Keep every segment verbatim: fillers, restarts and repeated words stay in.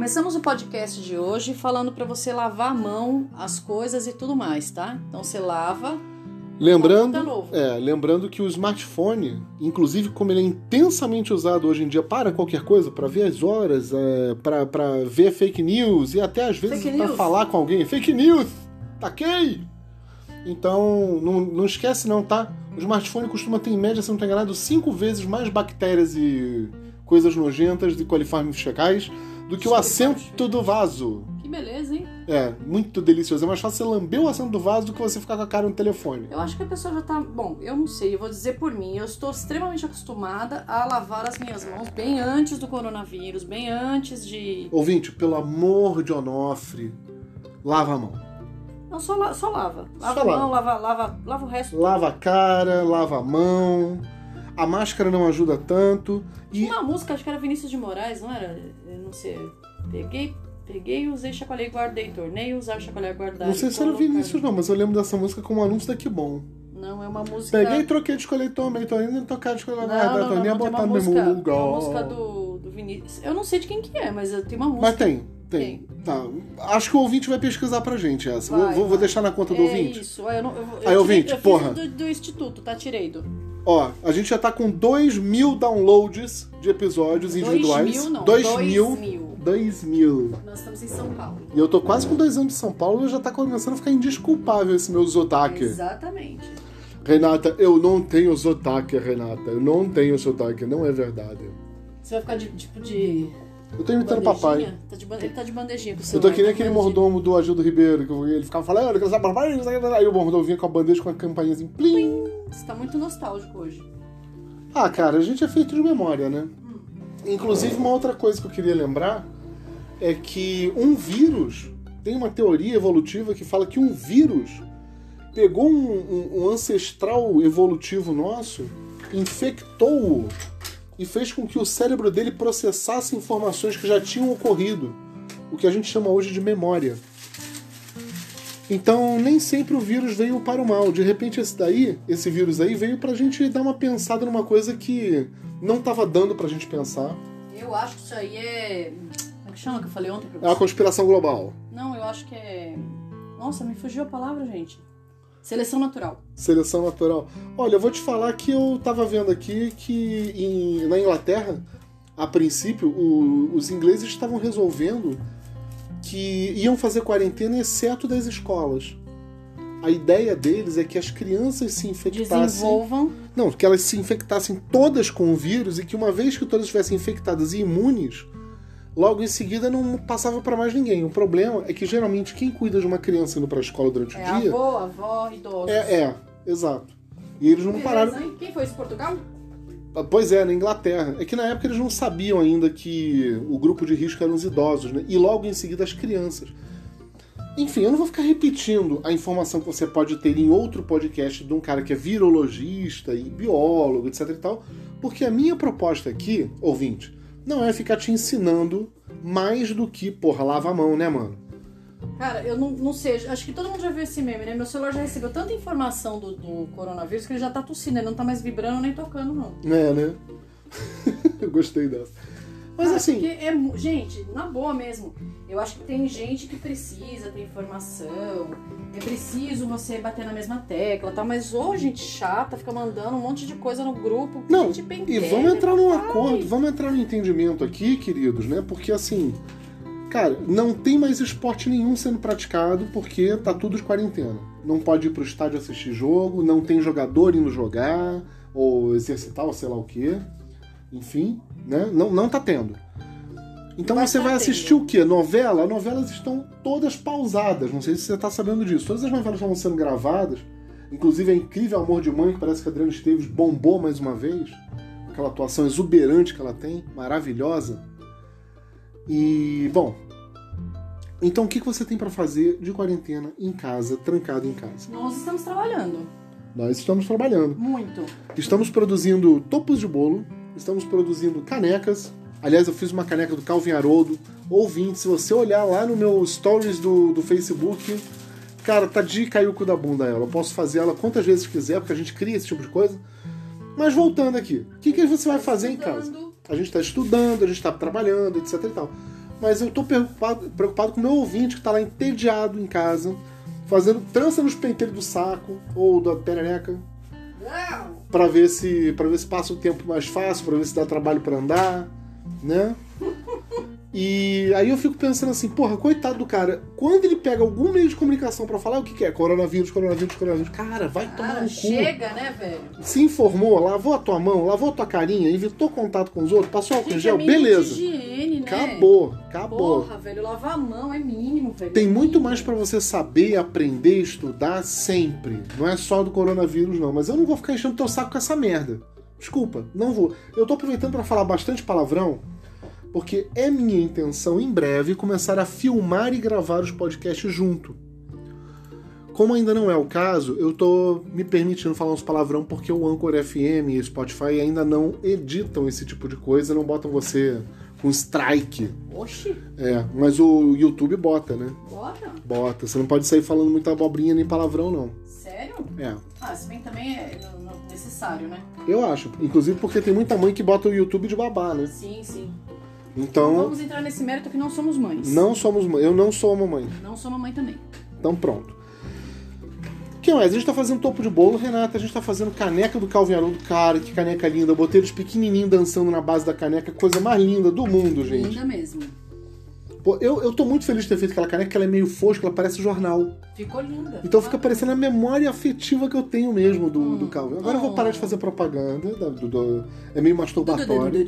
Começamos o podcast de hoje falando para você lavar a mão, as coisas e tudo mais, tá? Então você lava. Lembrando, é, lembrando que o smartphone, inclusive como ele é intensamente usado hoje em dia para qualquer coisa, para ver as horas, é, para ver fake news e até às vezes para falar com alguém. Fake news! Taquei! Então, não, não esquece não, tá? O smartphone costuma ter, em média, se não estou enganado, cinco vezes mais bactérias e coisas nojentas de coliformes fecais do que o assento do vaso. Que beleza, hein? É, muito delicioso. É mais fácil você lamber o assento do vaso do que você ficar com a cara no telefone. Eu acho que a pessoa já tá... Bom, eu não sei, eu vou dizer por mim. Eu estou extremamente acostumada a lavar as minhas mãos bem antes do coronavírus, bem antes de... Ouvinte, pelo amor de Onofre, lava a mão. Não, só, la... só lava. Lava só a mão, lava, lava, lava o resto. Lava a cara, lava a mão. A máscara não ajuda tanto. Tinha e... uma música, acho que era Vinícius de Moraes, não era? Eu não sei. Peguei, peguei, usei, chacoalhei, guardei. Tornei, usar, chacoalhei, guardar. Não sei se era Vinícius não, mas eu lembro dessa música como um anúncio da Que Bom. Não, é uma música... Peguei, troquei, escolhi, tomei, tô indo tocar, escolhi, guardar, não, não, tô nem botar no mesmo lugar. É uma música do, do Vinícius. Eu não sei de quem que é, mas tem uma música. Mas tem, tem. tem. Tá. Acho que o ouvinte vai pesquisar pra gente essa. Vai, vou, vou deixar na conta do é ouvinte. Isso, eu não, eu, eu Aí, tirei, ouvinte, eu porra. Fiz do, do Instituto, tá? Tirei do... Ó, a gente já tá com dois mil downloads de episódios individuais. dois mil não, dois dois mil. mil. dois mil. Nós estamos em São Paulo. E eu tô quase com dois anos de São Paulo e já tá começando a ficar indesculpável esse meu sotaque. Exatamente. Renata, eu não tenho sotaque, Renata. Eu não tenho sotaque, não é verdade. Você vai ficar de, tipo de... Eu tô imitando papai. Tá de, ele tá de bandejinha com o Eu celular. tô que nem aquele mordomo do Agildo Ribeiro, que ele ficava falando, que papai, aí o mordomo vinha com a bandeja com a campainha assim, plim. Plim. Você tá muito nostálgico hoje. Ah, cara, a gente é feito de memória, né? Hum. Inclusive, uma outra coisa que eu queria lembrar é que um vírus, tem uma teoria evolutiva que fala que um vírus pegou um, um, um ancestral evolutivo nosso, infectou-o e fez com que o cérebro dele processasse informações que já tinham ocorrido, o que a gente chama hoje de memória. Então, nem sempre o vírus veio para o mal. De repente, esse daí, esse vírus aí, veio pra gente dar uma pensada numa coisa que não estava dando pra gente pensar. Eu acho que isso aí é... Como é que chama que eu falei ontem pra você? É uma conspiração global. Não, eu acho que é... Nossa, me fugiu a palavra, gente. Seleção natural. Seleção natural. Olha, eu vou te falar que eu tava vendo aqui que em, na Inglaterra, a princípio, o, os ingleses estavam resolvendo que iam fazer quarentena exceto das escolas. A ideia deles é que as crianças se infectassem... Desenvolvam... Não, que elas se infectassem todas com o vírus e que uma vez que todas estivessem infectadas e imunes, logo em seguida não passava para mais ninguém. O problema é que geralmente quem cuida de uma criança indo para a escola durante é o dia... É avô, avó, idosos. É, é, exato. E eles não Beleza, pararam... Hein? Quem foi isso, Portugal? Pois é, na Inglaterra. É que na época eles não sabiam ainda que o grupo de risco eram os idosos, né? E logo em seguida as crianças. Enfim, eu não vou ficar repetindo a informação que você pode ter em outro podcast de um cara que é virologista e biólogo, etc e tal, porque a minha proposta aqui, ouvinte, não é ficar te ensinando mais do que, porra, lava a mão, né, mano? Cara, eu não, não sei, acho que todo mundo já viu esse meme, né? Meu celular já recebeu tanta informação do, do coronavírus que ele já tá tossindo, ele não tá mais vibrando nem tocando, não. É, né? Eu gostei dessa. Mas Cara, assim... É, gente, na boa mesmo, eu acho que tem gente que precisa ter informação, é preciso você bater na mesma tecla e tal, mas ou gente chata, fica mandando um monte de coisa no grupo, não, gente e vamos entrar num acordo, vamos entrar no entendimento aqui, queridos, né? Porque assim... Cara, não tem mais esporte nenhum sendo praticado porque tá tudo de quarentena. Não pode ir pro estádio assistir jogo, não tem jogador indo jogar, ou exercitar, ou sei lá o quê. Enfim, né? Não, não tá tendo. Então vai você vai assistir tendo. O quê? Novela? As novelas estão todas pausadas. Não sei se você tá sabendo disso. Todas as novelas estavam sendo gravadas. Inclusive a Incrível Amor de Mãe, que parece que a Adriana Esteves bombou mais uma vez. Aquela atuação exuberante que ela tem, maravilhosa. E, bom, então o que você tem para fazer de quarentena em casa, trancado em casa? Nós estamos trabalhando. Nós estamos trabalhando. Muito. Estamos produzindo topos de bolo, estamos produzindo canecas. Aliás, eu fiz uma caneca do Calvin Haroldo. Ouvinte, se você olhar lá no meu stories do, do Facebook, cara, tá de cair o cu da bunda ela. Eu posso fazer ela quantas vezes quiser, porque a gente cria esse tipo de coisa. Mas voltando aqui, o que, que você vai fazer em casa? A gente está estudando, a gente está trabalhando, etc e tal. Mas eu tô preocupado, preocupado com o meu ouvinte que tá lá entediado em casa, fazendo trança nos penteiros do saco ou da perereca, pra ver se, pra ver se passa o tempo mais fácil, pra ver se dá trabalho pra andar, né? E aí eu fico pensando assim, porra, coitado do cara, quando ele pega algum meio de comunicação pra falar o que que é, coronavírus, coronavírus, coronavírus, cara, vai Cara, tomar no cu. chega, né, velho? Se informou, lavou a tua mão, lavou a tua carinha, evitou contato com os outros, passou álcool em Gente, gel, é mínimo beleza. de higiene, né? Acabou, acabou. Porra, velho, lavar a mão é mínimo, velho. Tem é muito mínimo. mais pra você saber, aprender, estudar sempre. Não é só do coronavírus, não. Mas eu não vou ficar enchendo teu saco com essa merda. Desculpa, não vou. Eu tô aproveitando pra falar bastante palavrão, porque é minha intenção, em breve, começar a filmar e gravar os podcasts junto. Como ainda não é o caso, eu tô me permitindo falar uns palavrão porque o Anchor F M e o Spotify ainda não editam esse tipo de coisa, não botam você com strike. Oxi, É, mas o YouTube bota, né? bota. Bota. Você não pode sair falando muita abobrinha nem palavrão, não. Sério? É. Ah, se bem que também é não- não necessário, né? Eu acho. Inclusive porque tem muita mãe que bota o YouTube de babá, né? Sim, sim. Então, Vamos entrar nesse mérito que não somos mães. não somos mãe. Eu não sou uma mãe. Não sou mamãe também. Então pronto. O que mais? A gente tá fazendo topo de bolo, Renata. A gente tá fazendo caneca do Calvin Haroldo. Cara, que caneca linda. Eu botei eles pequenininhos dançando na base da caneca. Coisa mais linda do mundo, gente. Linda mesmo. Pô, eu, eu tô muito feliz de ter feito aquela caneca, que ela é meio fosca, ela parece jornal. Ficou linda. Então fica parecendo a memória afetiva que eu tenho mesmo do, do Calvin. Agora eu vou parar de fazer propaganda. da- do- do- é meio masturbatório.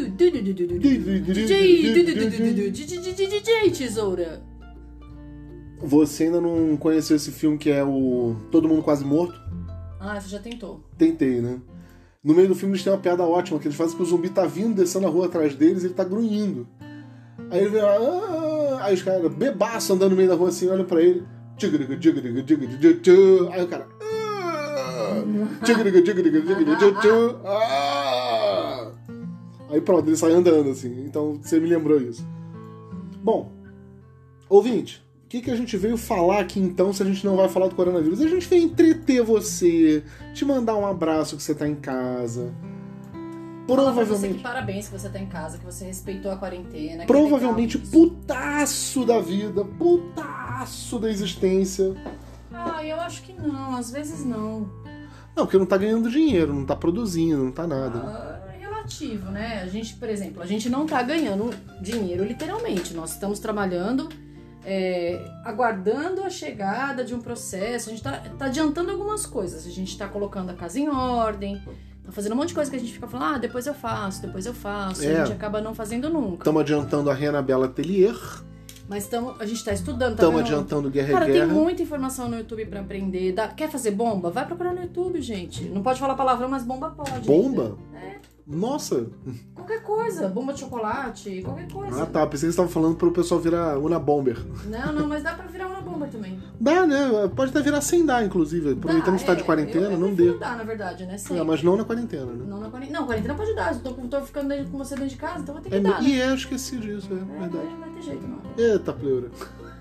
D J Tesoura. Você ainda não conheceu esse filme que é o Todo Mundo Quase Morto? Ah, você já tentou. Tentei, né? No meio do filme eles têm uma piada ótima, que eles fazem que o zumbi tá vindo, descendo a rua atrás deles e ele tá grunhindo. Aí ele vem lá, ah! Aí os caras, bebaço, andando no meio da rua assim, olham pra ele. Tigriga, tigriga, tigriga, tigriga. Aí o cara, ah! Tigriga, tigriga, tigriga, tigriga, ah! Aí pronto, ele sai andando assim. Então você me lembrou isso. Bom, ouvinte, o que, que a gente veio falar aqui então se a gente não vai falar do coronavírus? A gente veio entreter você, te mandar um abraço que você tá em casa. Fala pra você que Provavelmente, parabéns que você tá em casa, que você respeitou a quarentena. que provavelmente é legal isso. putaço da vida, putaço da existência. Ah, eu acho que não, às vezes não. Não, porque não tá ganhando dinheiro, não tá produzindo, não tá nada. Ah, é relativo, né? A gente, por exemplo, a gente não tá ganhando dinheiro literalmente. Nós estamos trabalhando, é, aguardando a chegada de um processo. A gente tá, tá adiantando algumas coisas. A gente tá colocando a casa em ordem, tá fazendo um monte de coisa que a gente fica falando, ah, depois eu faço, depois eu faço. É. A gente acaba não fazendo nunca. Estamos adiantando a Renabella Atelier, Mas tamo, a gente tá estudando, tá estamos vendo? adiantando Guerra Cara, é tem Guerra. muita informação no YouTube pra aprender. Dá- Quer fazer bomba? Vai procurar no YouTube, gente. Não pode falar palavrão, mas bomba pode. Bomba? ainda. É, Nossa! qualquer coisa. Bomba de chocolate, qualquer coisa. Ah tá, pensei que você estava falando pro pessoal virar Una Bomber. Não, não, mas dá pra virar uma bomba também. Dá, né? Pode até virar sem dar, inclusive. Aproveitando que Dá, você tá de é, quarentena, eu, eu não prefiro dê. dar, na verdade, né? Sempre. É, mas não na quarentena, né? Não, na quarentena. Não, quarentena pode dar. Eu tô, tô ficando dentro- com você dentro de casa, então vai ter que É, dar, e né? é, eu esqueci disso, é, É, verdade. não vai ter jeito, não. Eita, pleura.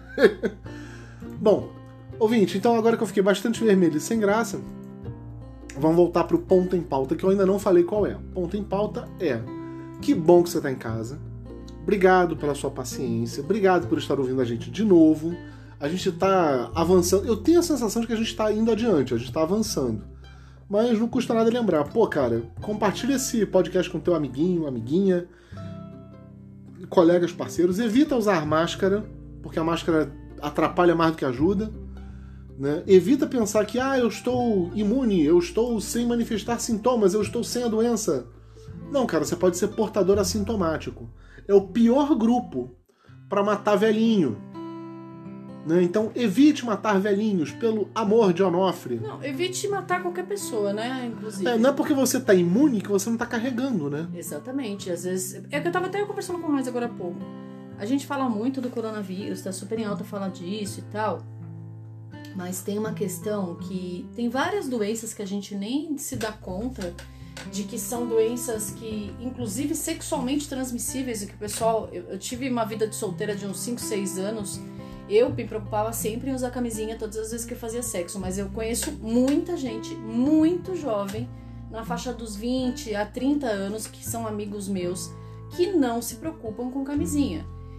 Bom, ouvinte, então agora que eu fiquei bastante vermelho e sem graça, vamos voltar pro ponto em pauta, que eu ainda não falei qual é. Ponto em pauta é: que bom que você tá em casa. Obrigado pela sua paciência. Obrigado por estar ouvindo a gente de novo. A gente tá avançando. Eu tenho a sensação de que a gente tá indo adiante, a gente tá avançando. Mas não custa nada lembrar. Pô, cara, compartilha esse podcast com teu amiguinho, amiguinha, colegas, parceiros. Evita usar máscara, porque a máscara atrapalha mais do que ajuda. Né? Evita pensar que, ah, eu estou imune, eu estou sem manifestar sintomas, eu estou sem a doença. Não, cara, você pode ser portador assintomático. É o pior grupo para matar velhinho. Né? Então, evite matar velhinhos, pelo amor de Onofre. Não, evite matar qualquer pessoa, né? Inclusive. É, não é porque você tá imune que você não tá carregando, né? Exatamente. Às vezes. É que eu tava até conversando com o Raiz agora há pouco. A gente fala muito do coronavírus, tá super em alta falar disso e tal. Mas tem uma questão que tem várias doenças que a gente nem se dá conta de que são doenças que, inclusive sexualmente transmissíveis, e que o pessoal. Eu, eu tive uma vida de solteira de uns cinco, seis anos. Eu me preocupava sempre em usar camisinha todas as vezes que eu fazia sexo, mas eu conheço muita gente, muito jovem, na faixa dos vinte a trinta anos, que são amigos meus, que não se preocupam com camisinha.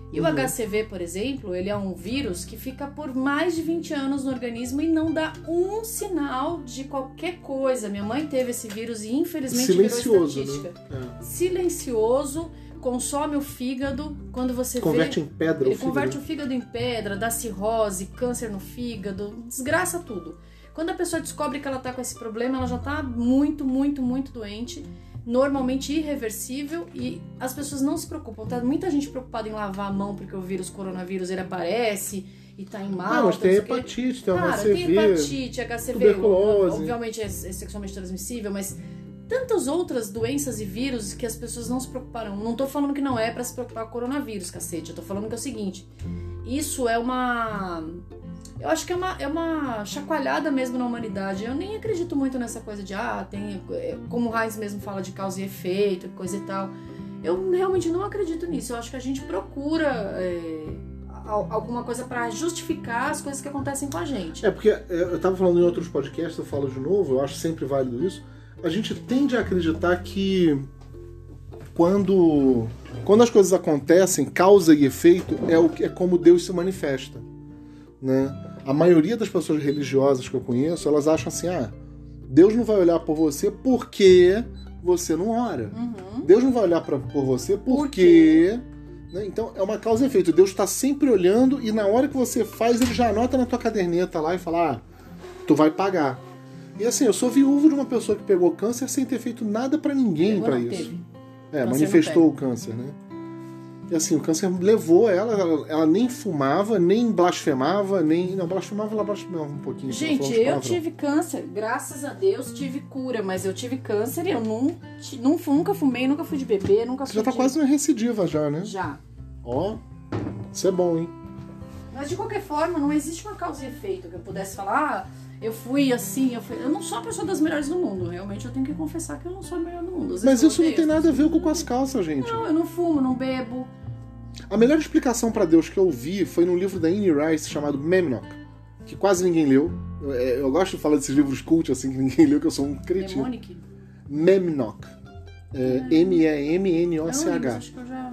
E o H C V, por exemplo, ele é um vírus que fica por mais de vinte anos no organismo e não dá um sinal de qualquer coisa. Minha mãe teve esse vírus e infelizmente silencioso, virou estatística. Né? É. Silencioso, consome o fígado. Quando você converte vê, em pedra ele o fígado. converte o fígado em pedra, dá cirrose, câncer no fígado, desgraça tudo. Quando a pessoa descobre que ela tá com esse problema, ela já tá muito, muito, muito doente. Normalmente irreversível, e as pessoas não se preocupam. Tá muita gente preocupada em lavar a mão porque o vírus coronavírus ele aparece e tá em mal. Ah, mas tem hepatite, tem Cara, H C V, tem hepatite, H C V, tuberculose. obviamente é sexualmente transmissível, mas tantas outras doenças e vírus que as pessoas não se preocuparam. Não tô falando que não é pra se preocupar com o coronavírus, cacete. Eu tô falando que é o seguinte, isso é uma... Eu acho que é uma, é uma chacoalhada mesmo na humanidade. Eu nem acredito muito nessa coisa de, ah, tem... Como o Heinz mesmo fala de causa e efeito, coisa e tal. Eu realmente não acredito nisso. Eu acho que a gente procura é, alguma coisa pra justificar as coisas que acontecem com a gente. É, porque eu tava falando em outros podcasts, eu falo de novo, eu acho sempre válido isso. A gente tende a acreditar que quando, quando as coisas acontecem, causa e efeito, é, o, é como Deus se manifesta, né? A maioria das pessoas religiosas que eu conheço, elas acham assim, ah, Deus não vai olhar por você porque você não ora. Uhum. Deus não vai olhar pra, por você porque... Por né? Então é uma causa e efeito. Deus está sempre olhando e na hora que você faz, ele já anota na tua caderneta lá e fala, ah, tu vai pagar. E assim, eu sou viúvo de uma pessoa que pegou câncer sem ter feito nada pra ninguém pra isso. Teve. É, Câncer manifestou o câncer, né? E assim, o câncer levou ela, ela, ela nem fumava, nem blasfemava, nem... Não, blasfemava, ela blasfemava um pouquinho. Gente, eu tive câncer, graças a Deus tive cura, mas eu tive câncer e eu não, não, nunca fumei, nunca fui de bebê, nunca Você fui já tá de... quase uma recidiva já, né? Já. Ó, isso é bom, hein? Mas de qualquer forma, não existe uma causa e efeito que eu pudesse falar, ah, eu fui assim, eu fui... Eu não sou a pessoa das melhores do mundo, realmente eu tenho que confessar que eu não sou a melhor do mundo. Mas isso não tem nada a ver com as calças, gente. Não, eu não fumo, não bebo. A melhor explicação pra Deus que eu vi foi num livro da Anne Rice chamado Memnoch, que quase ninguém leu. Eu, eu gosto de falar desses livros cult assim que ninguém leu, que eu sou um cretino. Demonic? Memnoch. É, M E M N O C H. Não, acho que eu já...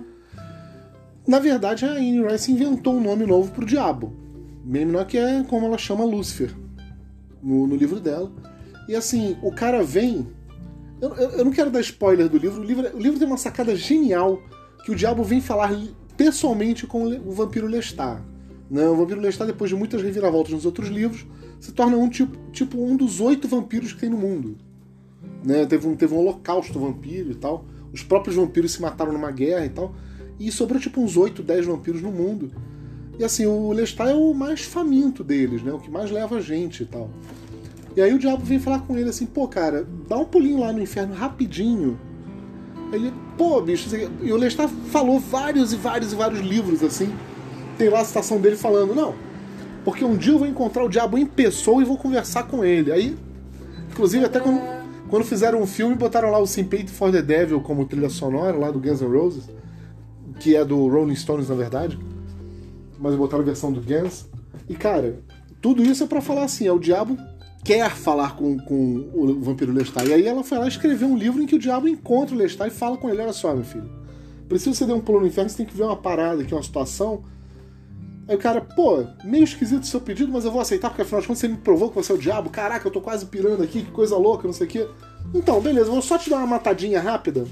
Na verdade, a Anne Rice inventou um nome novo pro diabo. Memnoch é como ela chama Lúcifer no, no livro dela. E assim, o cara vem... Eu, eu, eu não quero dar spoiler do livro. O livro, o livro tem uma sacada genial que o diabo vem falar pessoalmente com o vampiro Lestat. Né? O vampiro Lestat, depois de muitas reviravoltas nos outros livros, se torna um tipo, tipo um dos oito vampiros que tem no mundo. Né? Teve, um, teve um holocausto vampiro e tal. Os próprios vampiros se mataram numa guerra e tal. E sobrou tipo uns oito, dez vampiros no mundo. E assim, o Lestat é o mais faminto deles, né? O que mais leva a gente e tal. E aí o diabo vem falar com ele assim, pô, cara, dá um pulinho lá no inferno rapidinho. Ele, pô, bicho, e o Lestat falou vários e vários e vários livros, assim. Tem lá a citação dele falando, não, porque um dia eu vou encontrar o diabo em pessoa e vou conversar com ele. Aí, inclusive, até quando, quando fizeram um filme, botaram lá o Sympathy for the Devil como trilha sonora, lá do Guns N' Roses, que é do Rolling Stones, na verdade, mas botaram a versão do Guns. E, cara, tudo isso é pra falar assim, é o diabo quer falar com, com o vampiro Lestat. E aí ela foi lá escrever um livro em que o diabo encontra o Lestat e fala com ele, olha só, meu filho, preciso que você dê um pulo no inferno, você tem que ver uma parada aqui, uma situação. Aí o cara, pô, meio esquisito o seu pedido, mas eu vou aceitar, porque afinal de contas você me provou que você é o diabo, caraca, eu tô quase pirando aqui, que coisa louca, não sei o quê. Então, beleza, vou só te dar uma matadinha rápida.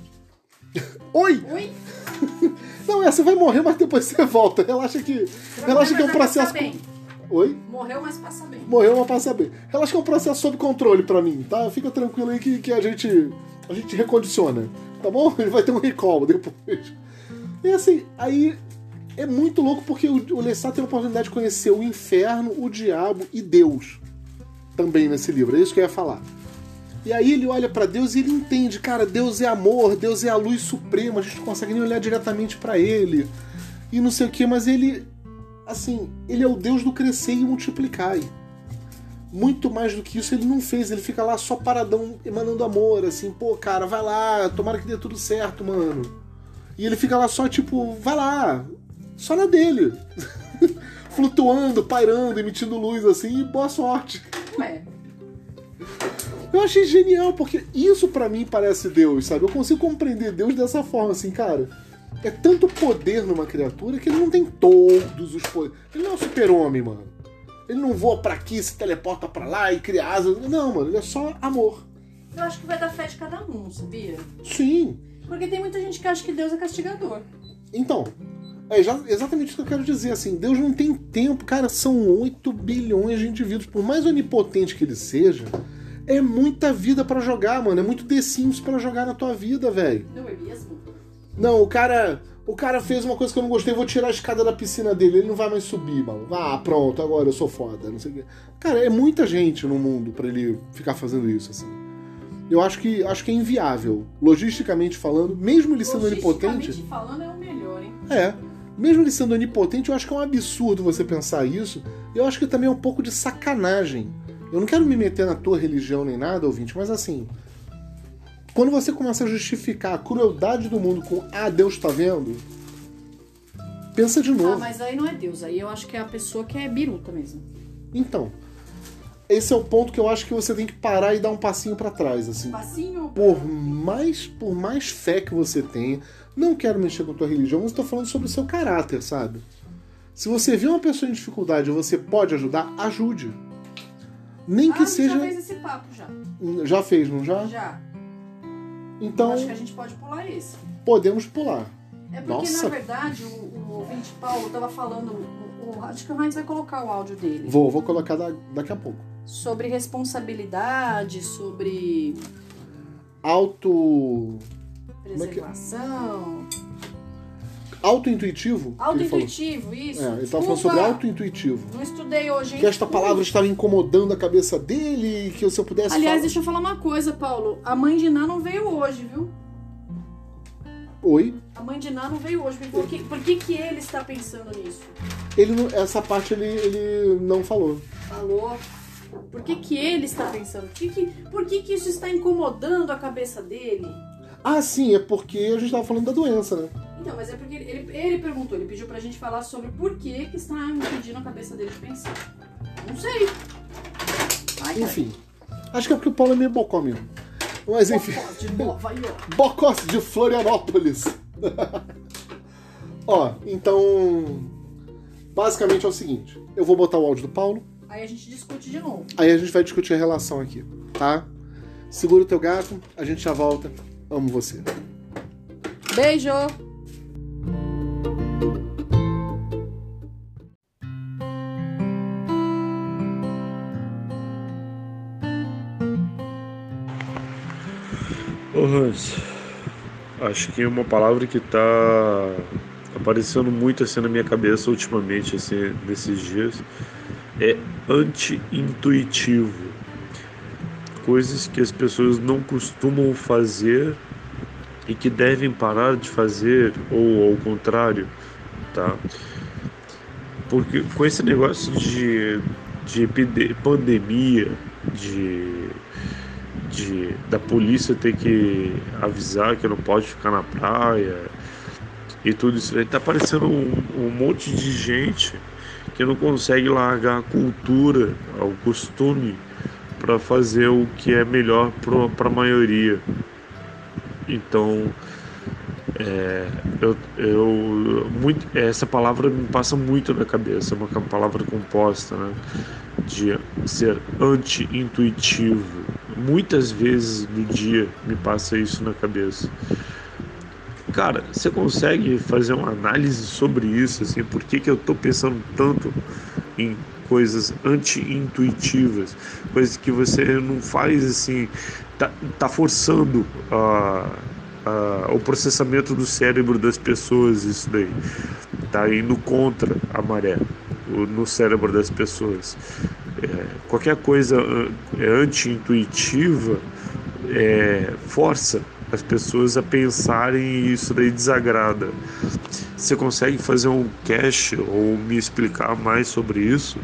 Oi! Oi? Não, é, você vai morrer, mas depois você volta. Relaxa que, relaxa que é um processo... Oi? Morreu, mas passa bem. Morreu, mas passa bem. Relaxa que é um processo sob controle pra mim, tá? Fica tranquilo aí que, que a gente a gente recondiciona, tá bom? Ele vai ter um recall depois. E assim, aí é muito louco porque o, o Lestat tem a oportunidade de conhecer o inferno, o diabo e Deus também nesse livro. É isso que eu ia falar. E aí ele olha pra Deus e ele entende, cara, Deus é amor, Deus é a luz suprema, a gente não consegue nem olhar diretamente pra ele. E não sei o que, mas ele... Assim, ele é o Deus do crescer e multiplicar. Muito mais do que isso ele não fez. Ele fica lá só paradão, emanando amor, assim, pô, cara, vai lá, tomara que dê tudo certo, mano. E ele fica lá só, tipo, vai lá, só na dele. Flutuando, pairando, emitindo luz, assim, e boa sorte. Ué. Eu achei genial, porque isso pra mim parece Deus, sabe? Eu consigo compreender Deus dessa forma, assim, cara. é tanto poder numa criatura que ele não tem todos os poderes. Ele não é um super-homem, mano. Ele não voa pra aqui, se teleporta pra lá e cria asas. Não, mano, ele é só amor. Eu acho que vai dar fé de cada um, sabia? Sim. Porque tem muita gente que acha que Deus é castigador. Então, é já, exatamente isso que eu quero dizer, assim, Deus não tem tempo, cara, são oito bilhões de indivíduos, por mais onipotente que ele seja, é muita vida pra jogar, mano, é muito The Sims pra jogar na tua vida, velho. Não é mesmo? Não, o cara, o cara fez uma coisa que eu não gostei, vou tirar a escada da piscina dele, ele não vai mais subir, mano. Ah, pronto, agora eu sou foda, não sei o quê. Cara, é muita gente no mundo pra ele ficar fazendo isso, assim. Eu acho que, acho que é inviável, logisticamente falando, mesmo ele sendo onipotente... Logisticamente falando é o melhor, hein? É, mesmo ele sendo onipotente, eu acho que é um absurdo você pensar isso. Eu acho que também é um pouco de sacanagem. Eu não quero me meter na tua religião nem nada, ouvinte, mas assim... Quando você começa a justificar a crueldade do mundo com ah, Deus tá vendo, pensa de novo. Ah, mas aí não é Deus, aí eu acho que é a pessoa que é biruta mesmo. Então, esse é o ponto que eu acho que você tem que parar e dar um passinho pra trás, assim. Passinho? Por mais, por mais fé que você tenha, não quero mexer com a tua religião, mas estou falando sobre o seu caráter, sabe? Se você vê uma pessoa em dificuldade e você pode ajudar, ajude. Nem que ah, seja... já fez esse papo, já. Já fez, não já? Já. Então, eu acho que a gente pode pular esse. Podemos pular. É porque, Nossa. na verdade, o, o ouvinte Paulo tava falando... O, o, acho que o Heinz vai colocar o áudio dele. Vou, vou colocar da, daqui a pouco. Sobre responsabilidade, sobre... Auto... Preservação... Auto-intuitivo? Auto-intuitivo, isso. É, ele estava falando sobre auto-intuitivo. Não estudei hoje, hein? Que esta palavra estava incomodando a cabeça dele, que se eu pudesse Aliás, falar... deixa eu falar uma coisa, Paulo. A mãe de Ná não veio hoje, viu? Oi? A mãe de Ná não veio hoje. Por que, por que, que ele está pensando nisso? Ele não, essa parte ele, ele não falou. Falou. Por que, que ele está pensando? Por que, que, por que, que isso está incomodando a cabeça dele? Ah, sim, é porque a gente estava falando da doença, né? Então, mas é porque ele, ele, ele perguntou, ele pediu pra gente falar sobre por que, que está impedindo a cabeça dele de pensar. Não sei. Ai, enfim. Acho que é porque o Paulo é meio bocó mesmo. Mas enfim. Bocós de Nova York. Bocós de Florianópolis. Ó, então... Basicamente é o seguinte. Eu vou botar o áudio do Paulo. Aí a gente discute de novo. Aí a gente vai discutir a relação aqui, tá? Segura o teu gato, a gente já volta. Amo você. Beijo! Ô Hans, acho que uma palavra que tá aparecendo muito assim na minha cabeça ultimamente, assim, nesses dias, é anti-intuitivo. Coisas que as pessoas não costumam fazer e que devem parar de fazer, ou ao contrário, tá? Porque com esse negócio de, de pandemia, de, de da polícia ter que avisar que não pode ficar na praia e tudo isso aí, tá aparecendo um, um monte de gente que não consegue largar a cultura, o costume, para fazer o que é melhor para a maioria. Então, é, eu, eu, muito, essa palavra me passa muito na cabeça, é uma palavra composta, né, de ser anti-intuitivo. Muitas vezes no dia me passa isso na cabeça. Cara, você consegue fazer uma análise sobre isso, assim, por que que eu tô pensando tanto em coisas anti-intuitivas, coisas que você não faz assim, tá, tá forçando a, a, o processamento do cérebro das pessoas, isso daí tá indo contra a maré no cérebro das pessoas. É, qualquer coisa anti-intuitiva é, força as pessoas a pensarem e isso daí desagrada. Você consegue fazer um cast ou me explicar mais sobre isso?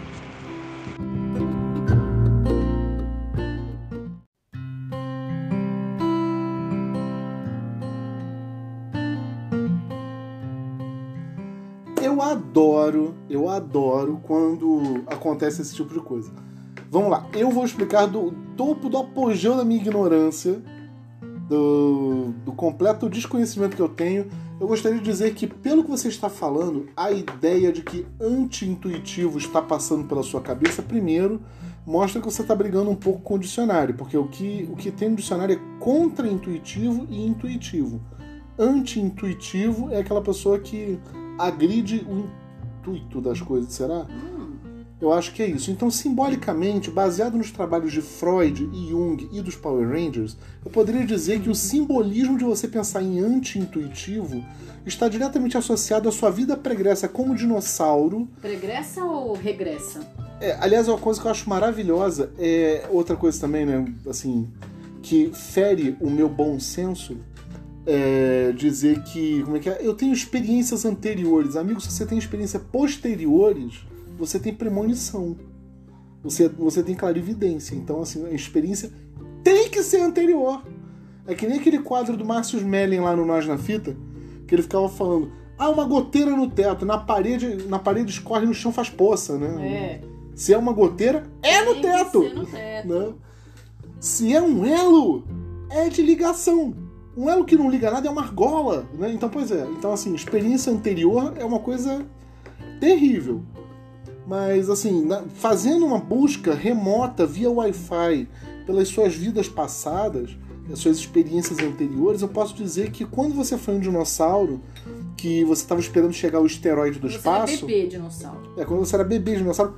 Eu adoro, eu adoro quando acontece esse tipo de coisa. Vamos lá, eu vou explicar do topo do apogeu da minha ignorância, do, do completo desconhecimento que eu tenho. Eu gostaria de dizer que, pelo que você está falando, a ideia de que anti-intuitivo está passando pela sua cabeça, primeiro, mostra que você está brigando um pouco com o dicionário, porque o que, o que tem no dicionário é contra-intuitivo e intuitivo. Anti-intuitivo é aquela pessoa que agride o intuito das coisas, será? Eu acho que é isso. Então, simbolicamente, baseado nos trabalhos de Freud e Jung e dos Power Rangers, eu poderia dizer que o simbolismo de você pensar em anti-intuitivo está diretamente associado à sua vida pregressa como dinossauro. Pregressa ou regressa? É, aliás, uma coisa que eu acho maravilhosa é outra coisa também, né? Assim, que fere o meu bom senso. É dizer que, como é que é? Eu tenho experiências anteriores. Amigo, se você tem experiências posteriores, você tem premonição. Você, você tem clarividência. Então, assim, a experiência tem que ser anterior. É que nem aquele quadro do Márcio Smelling lá no Nós na Fita, que ele ficava falando, ah, uma goteira no teto, na parede, na parede escorre, no chão faz poça, né? É. Se é uma goteira, é no Tem teto! que ser no teto. Né? Se é um elo, é de ligação. Um elo que não liga nada é uma argola, né? Então, pois é. Então, assim, experiência anterior é uma coisa terrível. Mas, assim, na, fazendo uma busca remota via Wi-Fi pelas suas vidas passadas, as suas experiências anteriores, eu posso dizer que quando você foi um dinossauro, que você estava esperando chegar o esteroide do você espaço... Você era bebê dinossauro. É, quando você era bebê dinossauro...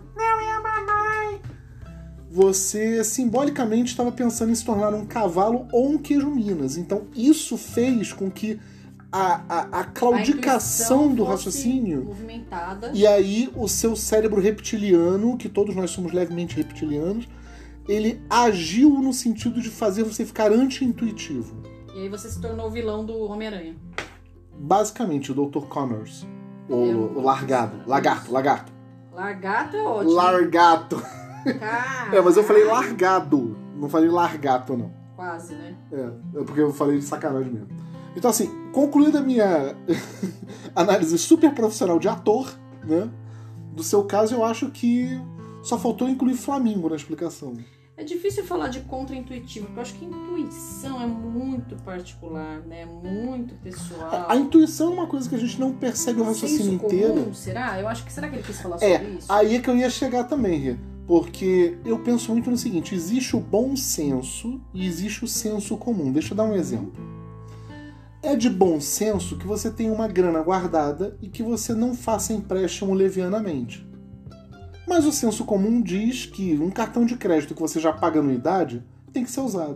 Você simbolicamente estava pensando em se tornar um cavalo ou um queijo Minas. Então isso fez com que a, a, a claudicação a do raciocínio... movimentada. E aí o seu cérebro reptiliano, que todos nós somos levemente reptilianos, ele agiu no sentido de fazer você ficar anti-intuitivo. E aí você se tornou o vilão do Homem-Aranha. Basicamente, o doutor Connors. O, Eu... o largado. Lagarto, lagarto. Largato é ótimo. Largato. Caraca. É, mas eu falei largado. Não falei largato, não. Quase, né? É, é porque eu falei de sacanagem mesmo. Então, assim, concluída a minha análise super profissional de ator, né? Do seu caso, eu acho que só faltou incluir Flamingo na explicação. É difícil falar de contra-intuitivo, porque eu acho que intuição é muito particular, né? Muito pessoal. A, a intuição é uma coisa que a gente não percebe o raciocínio Senso inteiro. comum, será? Eu acho que será que ele quis falar sobre É, isso? aí é que eu ia chegar também, Rê. Porque eu penso muito no seguinte, existe o bom senso e existe o senso comum. Deixa eu dar um exemplo. É de bom senso que você tenha uma grana guardada e que você não faça empréstimo levianamente. Mas o senso comum diz que um cartão de crédito que você já paga anuidade tem que ser usado.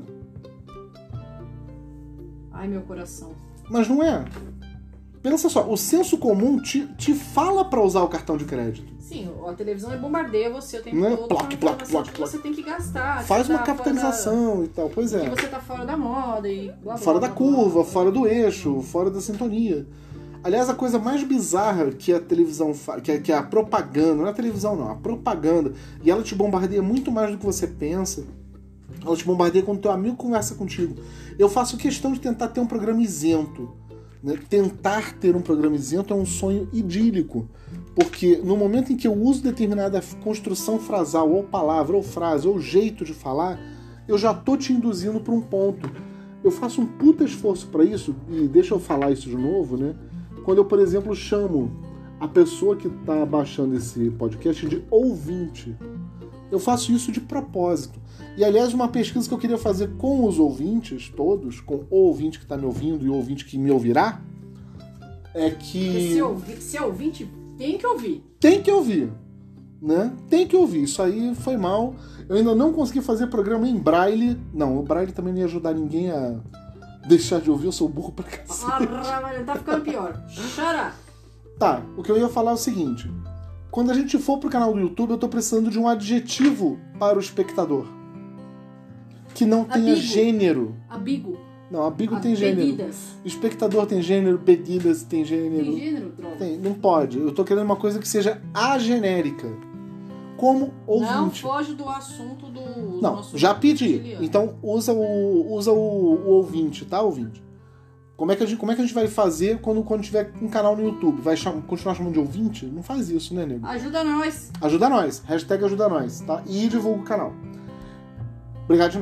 Ai, meu coração. Mas não é. Pensa só, o senso comum te, te fala para usar o cartão de crédito. Sim, a televisão bombardeia você o tempo Né? todo Ploc, com a ploc, informação ploc, de que ploc. você tem que gastar. que Faz você uma tá capitalização fora e tal, pois da, é. que você tá fora da moda e blá, blá, Fora da blá, curva, blá, blá. fora do eixo, fora da sintonia. Aliás, a coisa mais bizarra que a televisão faz, que, que a propaganda, não é a televisão não, a propaganda, e ela te bombardeia muito mais do que você pensa. Ela te bombardeia quando teu amigo conversa contigo. Eu faço questão de tentar ter um programa isento. Né? Tentar ter um programa isento é um sonho idílico. Porque no momento em que eu uso determinada construção frasal, ou palavra, ou frase, ou jeito de falar, eu já tô te induzindo para um ponto. Eu faço um puta esforço para isso, e deixa eu falar isso de novo, né? Quando eu, por exemplo, chamo a pessoa que está baixando esse podcast de ouvinte. Eu faço isso de propósito. E, aliás, uma pesquisa que eu queria fazer com os ouvintes todos, com o ouvinte que está me ouvindo e o ouvinte que me ouvirá, é que... Se, ouvi, se ouvinte, tem que ouvir. Tem que ouvir, né? Tem que ouvir. Isso aí foi mal. Eu ainda não consegui fazer programa em braille. Não, o braille também não ia ajudar ninguém a deixar de ouvir. Eu sou burro pra cacete. Ah, tá ficando pior. Xará. Tá, o que eu ia falar é o seguinte. Quando a gente for pro canal do YouTube, eu tô precisando de um adjetivo para o espectador. Que não tenha Abigo. gênero. Abigo. Não, abigo tem gênero. Pedidas. Espectador tem gênero, pedidas tem gênero. Tem gênero, droga? Tem, não pode. Eu tô querendo uma coisa que seja agenérica. Como ouvinte. Não foge do assunto do, do Não, nosso já pedi. reptiliano. Então usa o, usa o, o ouvinte, tá, ouvinte? Como é, que a gente, como é que a gente vai fazer quando, quando tiver um canal no YouTube? Vai cham, continuar chamando de ouvinte? Não faz isso, né, nego? Ajuda nós. Ajuda nós. Hashtag ajuda nós, tá? E divulga o canal. Obrigado de nada.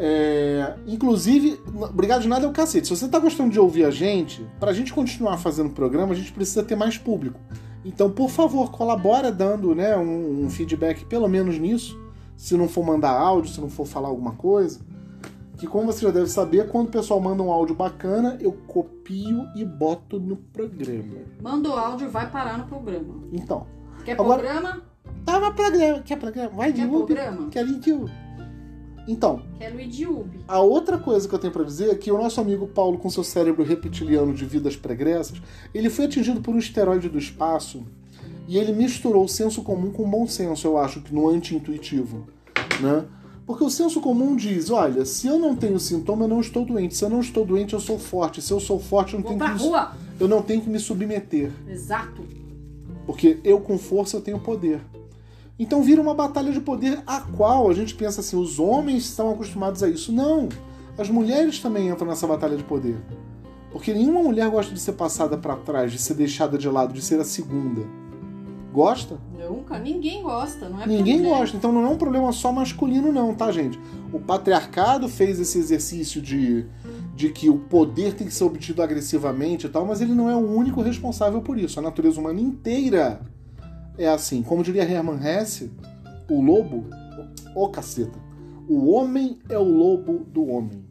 É, inclusive, obrigado de nada é o cacete. Se você tá gostando de ouvir a gente, pra gente continuar fazendo programa, a gente precisa ter mais público. Então, por favor, colabora dando, né, um, um feedback pelo menos nisso. Se não for mandar áudio, se não for falar alguma coisa. Que como você já deve saber, quando o pessoal manda um áudio bacana, eu copio e boto no programa. Manda o áudio, vai parar no programa. Então. Quer agora, programa? Tá, vai programa. Quer programa? Vai de Quer Uber. programa? Quer de Uber. Então, Quero ir de Uber. a outra coisa que eu tenho pra dizer é que o nosso amigo Paulo, com seu cérebro reptiliano de vidas pregressas, ele foi atingido por um esteroide do espaço e ele misturou o senso comum com o bom senso, eu acho, que no anti-intuitivo, né? Porque o senso comum diz, olha, se eu não tenho sintoma, eu não estou doente. Se eu não estou doente, eu sou forte. Se eu sou forte, eu não, Vou tenho pra que, rua. eu não tenho que me submeter. Exato. Porque eu com força eu tenho poder. Então vira uma batalha de poder a qual a gente pensa assim, os homens estão acostumados a isso. Não, as mulheres também entram nessa batalha de poder. Porque nenhuma mulher gosta de ser passada para trás, de ser deixada de lado, de ser a segunda. Gosta? Nunca, ninguém gosta, não é? Ninguém problema. gosta, então não é um problema só masculino não, tá, gente? O patriarcado fez esse exercício de, de que o poder tem que ser obtido agressivamente e tal, mas ele não é o único responsável por isso. A natureza humana inteira é assim. Como diria Hermann Hesse, o lobo... Ô, caceta. O homem é o lobo do homem.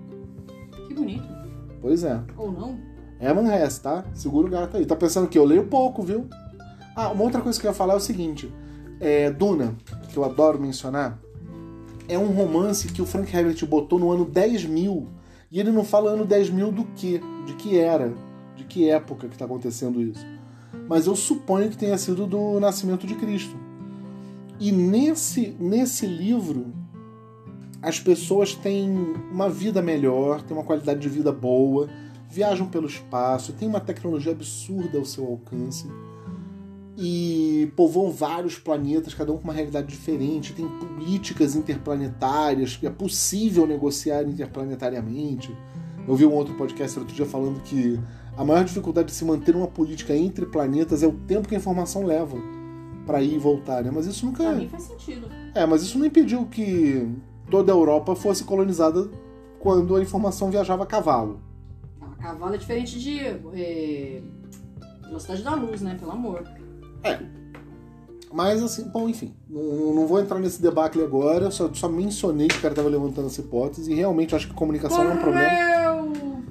Que bonito. Pois é. Ou não? Hermann Hesse, tá? Segura o gato aí. Tá pensando que eu leio pouco, viu? Ah, uma outra coisa que eu ia falar é o seguinte. É, Duna, que eu adoro mencionar, é um romance que o Frank Herbert botou no ano dez mil. E ele não fala ano dez mil do quê? De que era? De que época que tá acontecendo isso? Mas eu suponho que tenha sido do nascimento de Cristo. E nesse, nesse livro, as pessoas têm uma vida melhor, têm uma qualidade de vida boa, viajam pelo espaço, têm uma tecnologia absurda ao seu alcance e povoam vários planetas, cada um com uma realidade diferente, tem políticas interplanetárias, que é possível negociar interplanetariamente. Eu vi um outro podcast outro dia falando que a maior dificuldade de se manter uma política entre planetas é o tempo que a informação leva para ir e voltar, né? Mas isso nunca... Pra mim faz sentido. É, mas isso não impediu que toda a Europa fosse colonizada quando a informação viajava a cavalo. A cavalo é diferente de é, velocidade da luz, né? Pelo amor. É. Mas assim, bom, enfim. Não, não vou entrar nesse debacle agora. Só, só mencionei que o cara estava levantando essa hipótese. E realmente acho que comunicação Correu! é um problema.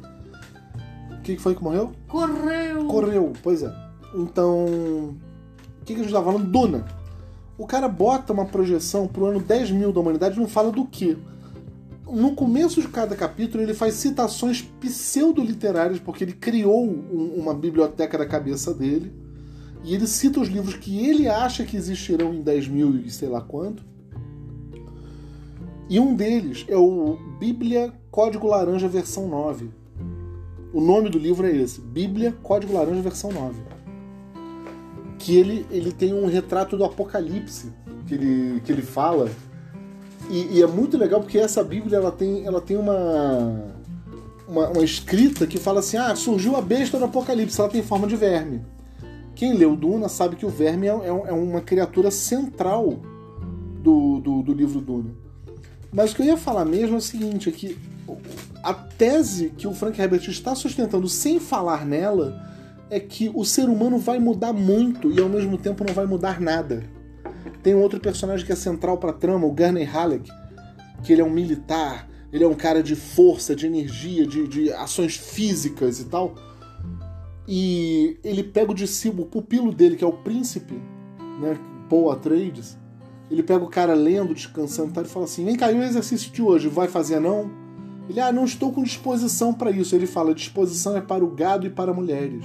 O que foi que morreu? Correu! Correu, pois é. Então, o que, que a gente estava falando? Duna. O cara bota uma projeção pro ano dez mil da humanidade e não fala do quê? No começo de cada capítulo ele faz citações pseudo-literárias, porque ele criou um, uma biblioteca da cabeça dele. E ele cita os livros que ele acha que existirão em dez mil e sei lá quanto. E um deles é o Bíblia Código Laranja versão nove. O nome do livro é esse, Bíblia Código Laranja versão nove. Que ele, ele tem um retrato do Apocalipse que ele, que ele fala. E, e é muito legal porque essa Bíblia ela tem, ela tem uma, uma, uma escrita que fala assim, ah, surgiu a besta do Apocalipse, ela tem forma de verme. Quem leu Duna sabe que o verme é, é uma criatura central do, do, do livro Duna. Mas o que eu ia falar mesmo é o seguinte, é que a tese que o Frank Herbert está sustentando sem falar nela é que o ser humano vai mudar muito e ao mesmo tempo não vai mudar nada. Tem um outro personagem que é central para a trama, o Gurney Halleck, que ele é um militar, ele é um cara de força, de energia, de, de ações físicas e tal. E ele pega o discípulo, o pupilo dele, que é o príncipe, né, Paul Atreides. Ele pega o cara lendo, descansando e tal, e fala assim, vem cá, e o exercício de hoje, vai fazer não? Ele, ah, não estou com disposição para isso. Ele fala, disposição é para o gado e para mulheres.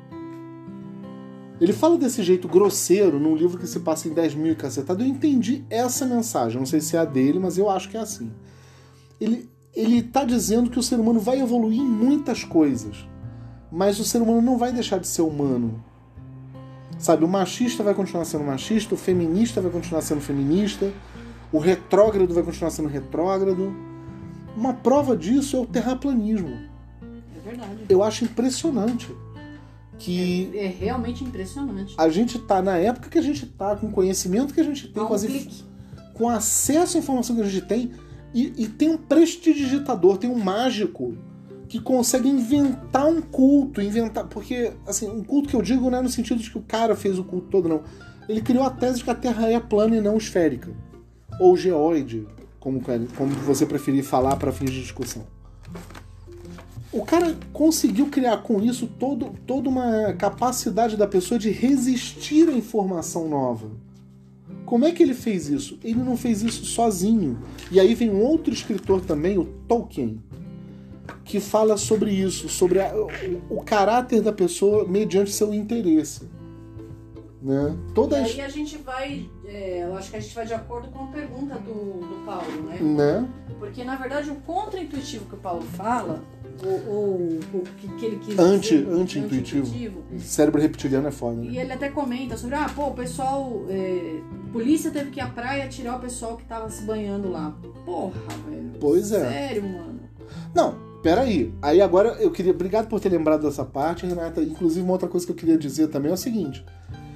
Ele fala desse jeito grosseiro num livro que se passa em dez mil e cacetado. Eu entendi essa mensagem, não sei se é a dele, mas eu acho que é assim. Ele, ele tá dizendo que o ser humano vai evoluir em muitas coisas, mas o ser humano não vai deixar de ser humano. Sabe, o machista vai continuar sendo machista, o feminista vai continuar sendo feminista, o retrógrado vai continuar sendo retrógrado. Uma prova disso é o terraplanismo. É verdade. Eu acho impressionante que... É, é realmente impressionante. A gente tá na época que a gente tá, com o conhecimento que a gente tem, Dá um com, as clique. com acesso à informação que a gente tem, E, e tem um prestidigitador, tem um mágico que consegue inventar um culto, inventar... Porque, assim, um culto que eu digo não é no sentido de que o cara fez o culto todo, não. Ele criou a tese de que a Terra é plana e não esférica. Ou geóide, como, como você preferir falar para fins de discussão. O cara conseguiu criar com isso todo, toda uma capacidade da pessoa de resistir à informação nova. Como é que ele fez isso? Ele não fez isso sozinho. E aí vem um outro escritor também, o Tolkien, que fala sobre isso, sobre a, o, o caráter da pessoa mediante seu interesse. Né? Todas... E aí a gente vai, é, eu acho que a gente vai de acordo com a pergunta do, do Paulo, né? né? Porque, na verdade, o contra-intuitivo que o Paulo fala, ou o que, que ele quis Anti, dizer, anti-intuitivo. anti-intuitivo, Cérebro reptiliano é foda. Né? E ele até comenta sobre, ah, pô, o pessoal, é, polícia teve que ir à praia tirar o pessoal que tava se banhando lá. Porra, velho. Pois é. Sério, mano. Não, peraí. Aí agora eu queria... Obrigado por ter lembrado dessa parte, Renata. Inclusive, uma outra coisa que eu queria dizer também é o seguinte.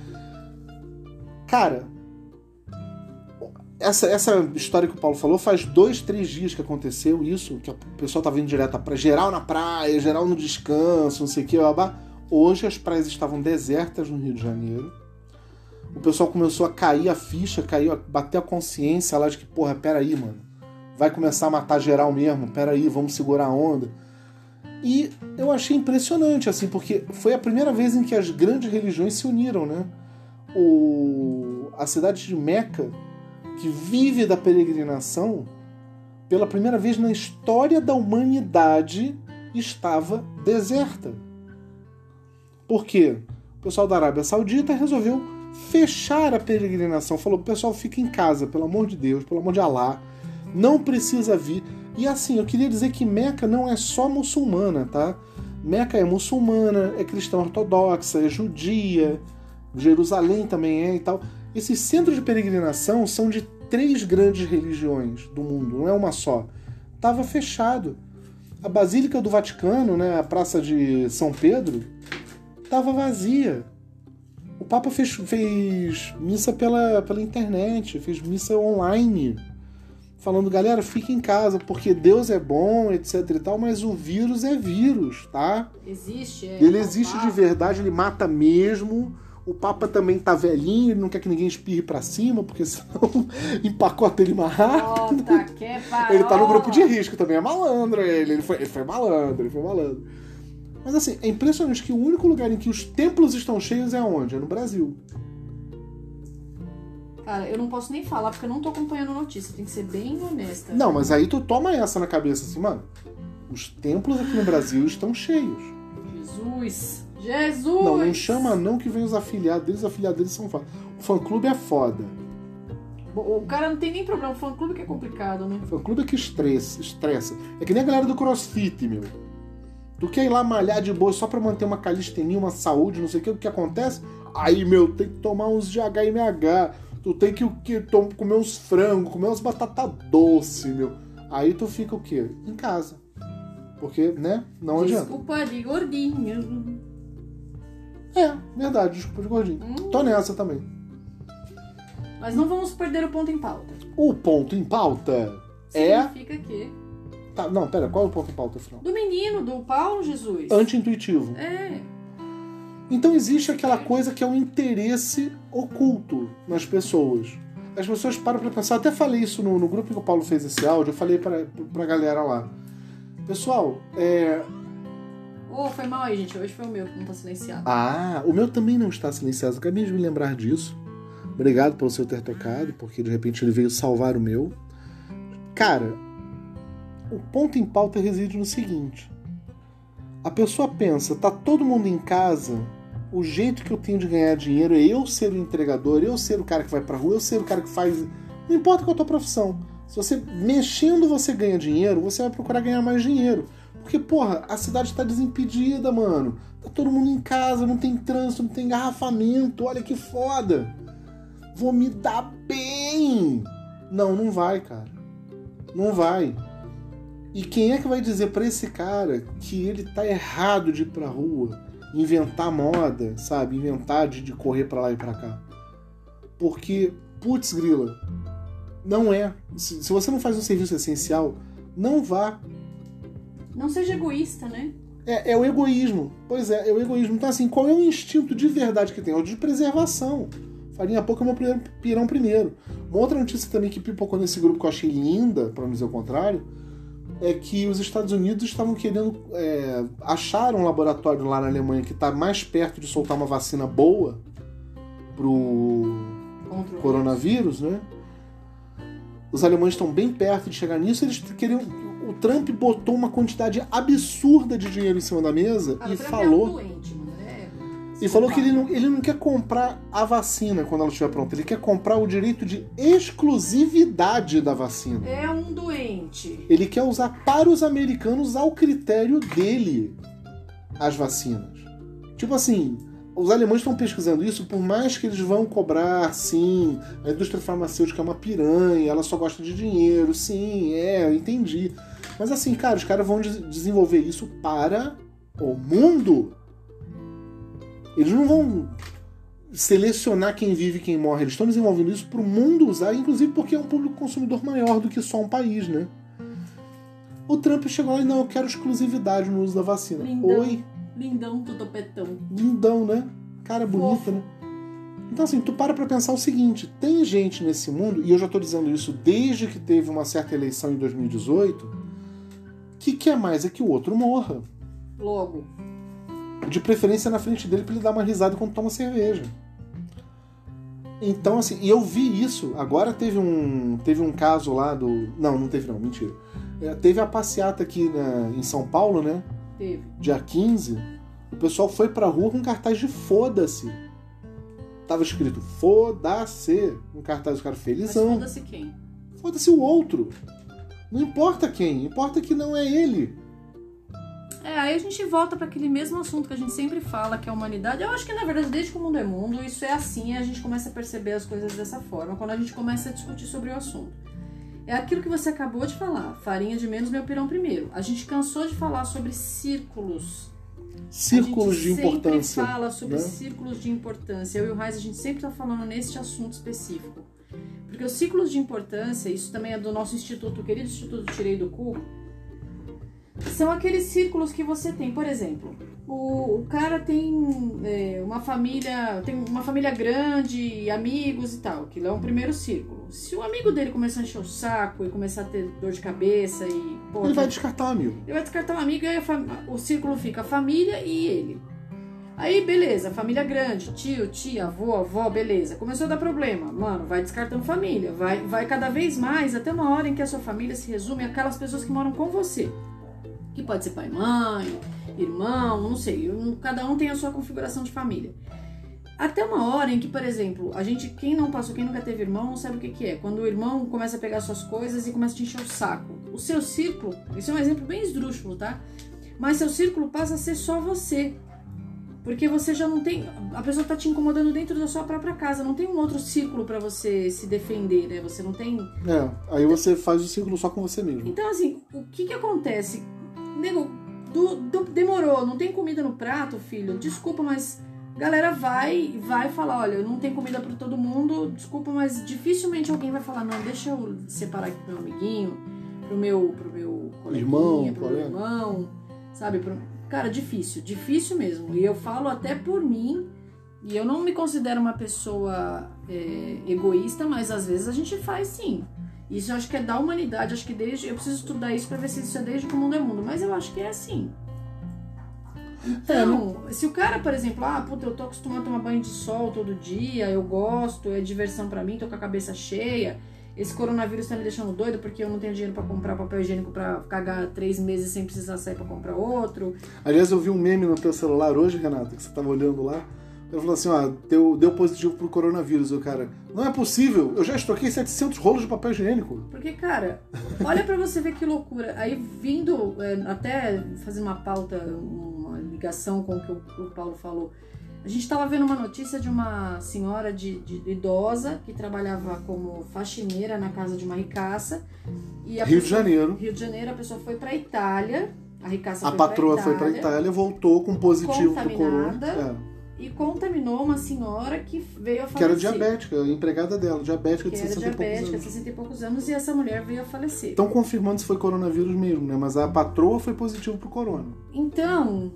Cara, essa, essa história que o Paulo falou faz dois, três dias que aconteceu isso, que o pessoal tava indo direto pra geral na praia, geral no descanso, não sei o que, babá. Hoje as praias estavam desertas no Rio de Janeiro. O pessoal começou a cair a ficha, caiu, a bater a consciência lá de que, porra, peraí, mano, vai começar a matar geral mesmo, peraí, vamos segurar a onda. E eu achei impressionante, assim, porque foi a primeira vez em que as grandes religiões se uniram, né? O... A cidade de Meca, que vive da peregrinação, pela primeira vez na história da humanidade, estava deserta. Por quê? O pessoal da Arábia Saudita resolveu fechar a peregrinação. Falou, pessoal, fica em casa, pelo amor de Deus, pelo amor de Alá. Não precisa vir. E assim, eu queria dizer que Meca não é só muçulmana, tá? Meca é muçulmana, é cristã ortodoxa, é judia... Jerusalém também é e tal. Esses centros de peregrinação são de três grandes religiões do mundo, não é uma só. Estava fechado. A Basílica do Vaticano, né, a Praça de São Pedro, estava vazia. O Papa fez, fez missa pela, pela internet, fez missa online, falando, galera, fique em casa, porque Deus é bom, etc e tal, mas o vírus é vírus, tá? Existe, é. Ele existe de verdade, ele mata mesmo. O Papa também tá velhinho, ele não quer que ninguém espirre pra cima, porque senão empacota ele mais rápido. Puta que pariu. Ele tá no grupo de risco também, é malandro ele. Ele foi, ele foi malandro, ele foi malandro. Mas assim, é impressionante que o único lugar em que os templos estão cheios é onde? É no Brasil. Cara, eu não posso nem falar, porque eu não tô acompanhando a notícia, tem que ser bem honesta. Não, mas aí tu toma essa na cabeça, assim, mano. Os templos aqui no Brasil estão cheios. Jesus... Jesus! Não, não chama não que vem os afiliados deles, os afiliados deles são foda. O fã-clube é foda. O cara não tem nem problema, o fã-clube que é complicado, né? O fã-clube é que estressa, estressa. É que nem a galera do CrossFit, meu. Tu quer ir lá malhar de boa só pra manter uma calistenia, uma saúde, não sei o que, o que acontece? Aí, meu, tem que tomar uns de H M H, tu tem que, que tom, comer uns frangos, comer umas batata doce, meu. Aí tu fica o quê? Em casa. Porque, né, não adianta. Desculpa de gordinho. É, verdade, desculpa de gordinho. Hum. Tô nessa também. Mas não vamos perder o ponto em pauta. O ponto em pauta é... Significa que... Tá, não, pera, qual é o ponto em pauta, afinal? Do menino, do Paulo Jesus. Anti-intuitivo. É. Então existe aquela coisa que é um interesse oculto nas pessoas. As pessoas param pra pensar, eu até falei isso no, no grupo que o Paulo fez esse áudio, eu falei pra, pra galera lá. Pessoal, é... Oh, foi mal aí, gente. Hoje foi o meu que não tá silenciado. Ah, o meu também não está silenciado. Acabei de me lembrar disso. Obrigado pelo seu ter tocado, porque de repente ele veio salvar o meu. Cara, o ponto em pauta reside no seguinte. A pessoa pensa, tá todo mundo em casa, o jeito que eu tenho de ganhar dinheiro é eu ser o entregador, eu ser o cara que vai pra rua, eu ser o cara que faz... Não importa qual é a tua profissão. Se você mexendo você ganha dinheiro, você vai procurar ganhar mais dinheiro. Porque, porra, a cidade tá desimpedida, mano. Tá todo mundo em casa, não tem trânsito, não tem engarrafamento. Olha que foda. Vou me dar bem. Não, não vai, cara. Não vai. E quem é que vai dizer pra esse cara que ele tá errado de ir pra rua, inventar moda, sabe? Inventar de, de correr pra lá e pra cá? Porque, putz grila, Não é. Se, se você não faz um serviço essencial, não vá. Não seja egoísta, né? É, é o egoísmo. Pois é, é o egoísmo. Então, assim, qual é o instinto de verdade que tem? É o de preservação. Farinha pouco é o meu primeiro, pirão primeiro. Uma outra notícia também que pipocou nesse grupo que eu achei linda, para não dizer o contrário, é que os Estados Unidos estavam querendo... É, acharam um laboratório lá na Alemanha que está mais perto de soltar uma vacina boa pro Contra o coronavírus, né? Os alemães estão bem perto de chegar nisso. Eles queriam... O Trump botou uma quantidade absurda de dinheiro em cima da mesa Cara, e o Trump falou... É um doente, mano. É... E falou que ele não, ele não quer comprar a vacina quando ela estiver pronta. Ele quer comprar o direito de exclusividade da vacina. É um doente. Ele quer usar para os americanos ao critério dele as vacinas. Tipo assim, os alemães estão pesquisando isso, por mais que eles vão cobrar, sim, a indústria farmacêutica é uma piranha, ela só gosta de dinheiro, sim, é, eu entendi. Mas assim, cara, os caras vão des- desenvolver isso para o mundo. Eles não vão selecionar quem vive e quem morre. Eles estão desenvolvendo isso para o mundo usar, inclusive porque é um público consumidor maior do que só um país, né? O Trump chegou lá e não, eu quero exclusividade no uso da vacina. Lindão. Oi? Lindão do topetão. Lindão, né? Cara bonita, Fofo. né? Então assim, tu para pra pensar o seguinte, tem gente nesse mundo, e eu já tô dizendo isso desde que teve uma certa eleição em dois mil e dezoito, que quer mais é que o outro morra. Logo. De preferência na frente dele pra ele dar uma risada quando toma cerveja. Então, assim, e eu vi isso. Agora teve um, teve um caso lá do... Não, não teve não, mentira. É, teve a passeata aqui na, em São Paulo, né? Teve. Dia quinze. O pessoal foi pra rua com cartaz de foda-se. Tava escrito foda-se. Um cartaz, o cara Mas felizão. foda-se quem? Foda-se o outro. Não importa quem, importa que não é ele. É, aí a gente volta para aquele mesmo assunto que a gente sempre fala, que é a humanidade. Eu acho que, na verdade, desde que o mundo é mundo, isso é assim, e a gente começa a perceber as coisas dessa forma, quando a gente começa a discutir sobre o assunto. É aquilo que você acabou de falar, farinha de menos, meu pirão primeiro. A gente cansou de falar sobre círculos. Círculos de importância. A gente sempre fala sobre né? círculos de importância. Eu e o Raiz, a gente sempre está falando neste assunto específico. Porque os círculos de importância, isso também é do nosso instituto, o querido Instituto Tirei do Cu, são aqueles círculos que você tem. Por exemplo, o, o cara tem é, uma família, tem uma família grande, amigos e tal, que é um primeiro círculo. Se o amigo dele começar a encher o saco e começar a ter dor de cabeça e... Pô, Ele vai descartar o amigo. Ele vai descartar um amigo e aí a fam... o círculo fica a família e ele. Aí, beleza, família grande, tio, tia, avô, avó, beleza. Começou a dar problema. Mano, vai descartando família. Vai, vai cada vez mais, até uma hora em que a sua família se resume àquelas pessoas que moram com você. Que pode ser pai, mãe, irmão, não sei. Cada um tem a sua configuração de família. Até uma hora em que, por exemplo, a gente, quem não passou, quem nunca teve irmão, não sabe o que, que é. Quando o irmão começa a pegar suas coisas e começa a te encher o saco. O seu círculo, isso é um exemplo bem esdrúxulo, tá? Mas seu círculo passa a ser só você. Porque você já não tem... A pessoa tá te incomodando dentro da sua própria casa. Não tem um outro círculo pra você se defender, né? Você não tem... É, aí você faz o círculo só com você mesmo. Então, assim, o que que acontece? Nego, do, do, demorou, não tem comida no prato, filho? Desculpa, mas... Galera vai, vai falar, olha, não tem comida pra todo mundo, desculpa, mas dificilmente alguém vai falar, não, deixa eu separar aqui pro meu amiguinho, pro meu, pro meu coleguinha, Irmão, pro meu colega. irmão, sabe? Pro... Cara, difícil, difícil mesmo. E eu falo até por mim, e eu não me considero uma pessoa é, egoísta, mas às vezes a gente faz sim. Isso eu acho que é da humanidade, acho que desde... Eu preciso estudar isso pra ver se isso é desde que o mundo é mundo, mas eu acho que é assim. Então, é, se o cara, por exemplo, ah, puta, eu tô acostumado a tomar banho de sol todo dia, eu gosto, é diversão pra mim, tô com a cabeça cheia, esse coronavírus tá me deixando doido porque eu não tenho dinheiro pra comprar papel higiênico pra cagar três meses sem precisar sair pra comprar outro. Aliás, eu vi um meme no teu celular hoje, Renata, que você tava olhando lá. Ele falou assim, ó, deu, deu positivo pro coronavírus. O cara, não é possível, eu já estoquei setecentos rolos de papel higiênico. Porque, cara, olha pra você ver que loucura. Aí, vindo, é, até fazer uma pauta, uma ligação com o que o, o Paulo falou, a gente tava vendo uma notícia de uma senhora de, de, de idosa que trabalhava como faxineira na casa de uma ricaça. E a Rio pessoa, de Janeiro. Rio de Janeiro, a pessoa foi pra Itália, a ricaça A foi patroa pra foi Itália, pra Itália, voltou com positivo pro corona. contaminada. É. e contaminou uma senhora que veio a falecer. Que era diabética, empregada dela, diabética que de era sessenta e poucos diabética, anos. sessenta e poucos anos, e essa mulher veio a falecer. Estão confirmando se foi coronavírus mesmo, né? Mas a patroa foi positiva pro corona. Então,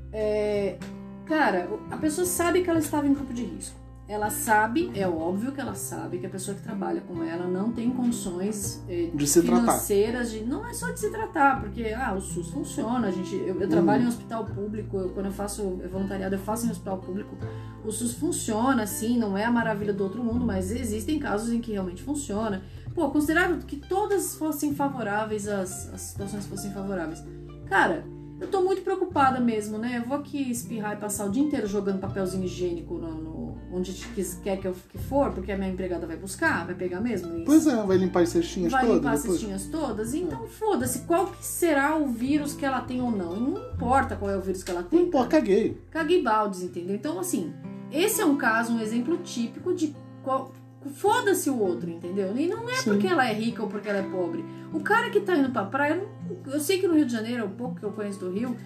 é, cara, a pessoa sabe que ela estava em grupo de risco. Ela sabe, é óbvio que ela sabe que a pessoa que trabalha com ela não tem condições é, De se financeiras de, não é só de se tratar, porque ah, o SUS funciona, a gente, eu, eu trabalho Uhum. em hospital público, eu, quando eu faço voluntariado eu faço em hospital público, o SUS funciona, sim, não é a maravilha do outro mundo, mas existem casos em que realmente funciona. Pô, considerado que todas fossem favoráveis, as, as situações fossem favoráveis. Cara, eu tô muito preocupada mesmo, né? Eu vou aqui espirrar e passar o dia inteiro jogando papelzinho higiênico no, no, onde quer que eu que for, porque a minha empregada vai buscar, vai pegar mesmo. Isso. Pois é, vai limpar as cestinhas vai todas. limpar as depois. cestinhas todas. Então, foda-se, qual que será o vírus que ela tem ou não? E não importa qual é o vírus que ela tem. Não, pô, cara. caguei. Caguei baldes, entendeu? Então, assim, esse é um caso, um exemplo típico de qual... Foda-se o outro, entendeu? E não é Sim. porque ela é rica ou porque ela é pobre. O cara que tá indo pra praia, eu, não- eu sei que no Rio de Janeiro, o pouco que eu conheço do Rio,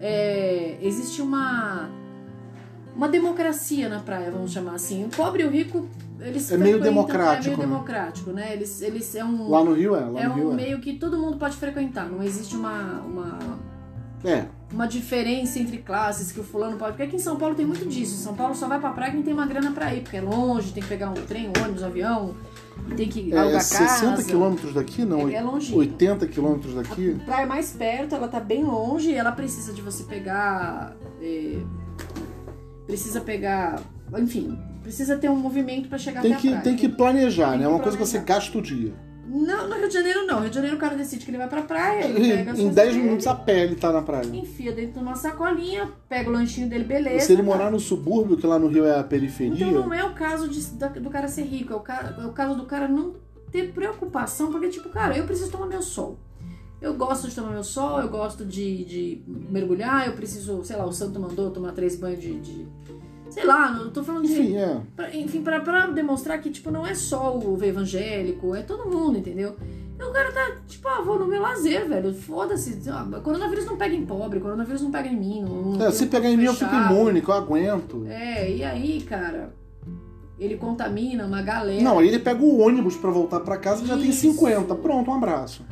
é, existe uma uma democracia na praia, vamos chamar assim. O pobre e o rico, eles É meio frequentam- democrático, É meio né? democrático, né? Eles, eles é um Lá no Rio é, lá é no Rio um é. meio que todo mundo pode frequentar. Não existe uma uma É, uma diferença entre classes que o fulano pode. Porque aqui em São Paulo tem muito disso. Em São Paulo só vai pra praia quem tem uma grana pra ir, porque é longe, tem que pegar um trem, um ônibus, um avião, e tem que é alugar sessenta casa. quilômetros daqui, não? É, é longinho. oitenta quilômetros daqui. A praia mais perto, ela tá bem longe e ela precisa de você pegar. é, precisa pegar. Enfim, precisa ter um movimento pra chegar Tem até que, a praia. tem que planejar, Tem né? É que uma coisa que você planejar. gasta o dia. Não, no Rio de Janeiro não. No Rio de Janeiro o cara decide que ele vai pra praia, ele pega as Em coisas dez dele, minutos a pé ele tá na praia. enfia dentro de uma sacolinha, pega o lanchinho dele, beleza. Se ele morar no subúrbio, que lá no Rio é a periferia, Então não é o caso de- da- do cara ser rico, é o, ca- é o caso do cara não ter preocupação, porque tipo, cara, eu preciso tomar meu sol. Eu gosto de tomar meu sol, eu gosto de, de mergulhar, eu preciso, sei lá, o santo mandou eu tomar três banhos de... de- sei lá, não tô falando de... enfim, é. Pra, enfim, pra, pra demonstrar que, tipo, não é só o evangélico, é todo mundo, entendeu? Então o cara tá, tipo, ah, vou no meu lazer, velho, foda-se. Ah, coronavírus não pega em pobre, coronavírus não pega em mim. Não, não É, tem se um pegar em mim eu fico fechado. imune, que eu aguento. É, e aí, cara, ele contamina uma galera. Não, aí ele pega o ônibus pra voltar pra casa e já tem Isso. cinquenta. Pronto, um abraço.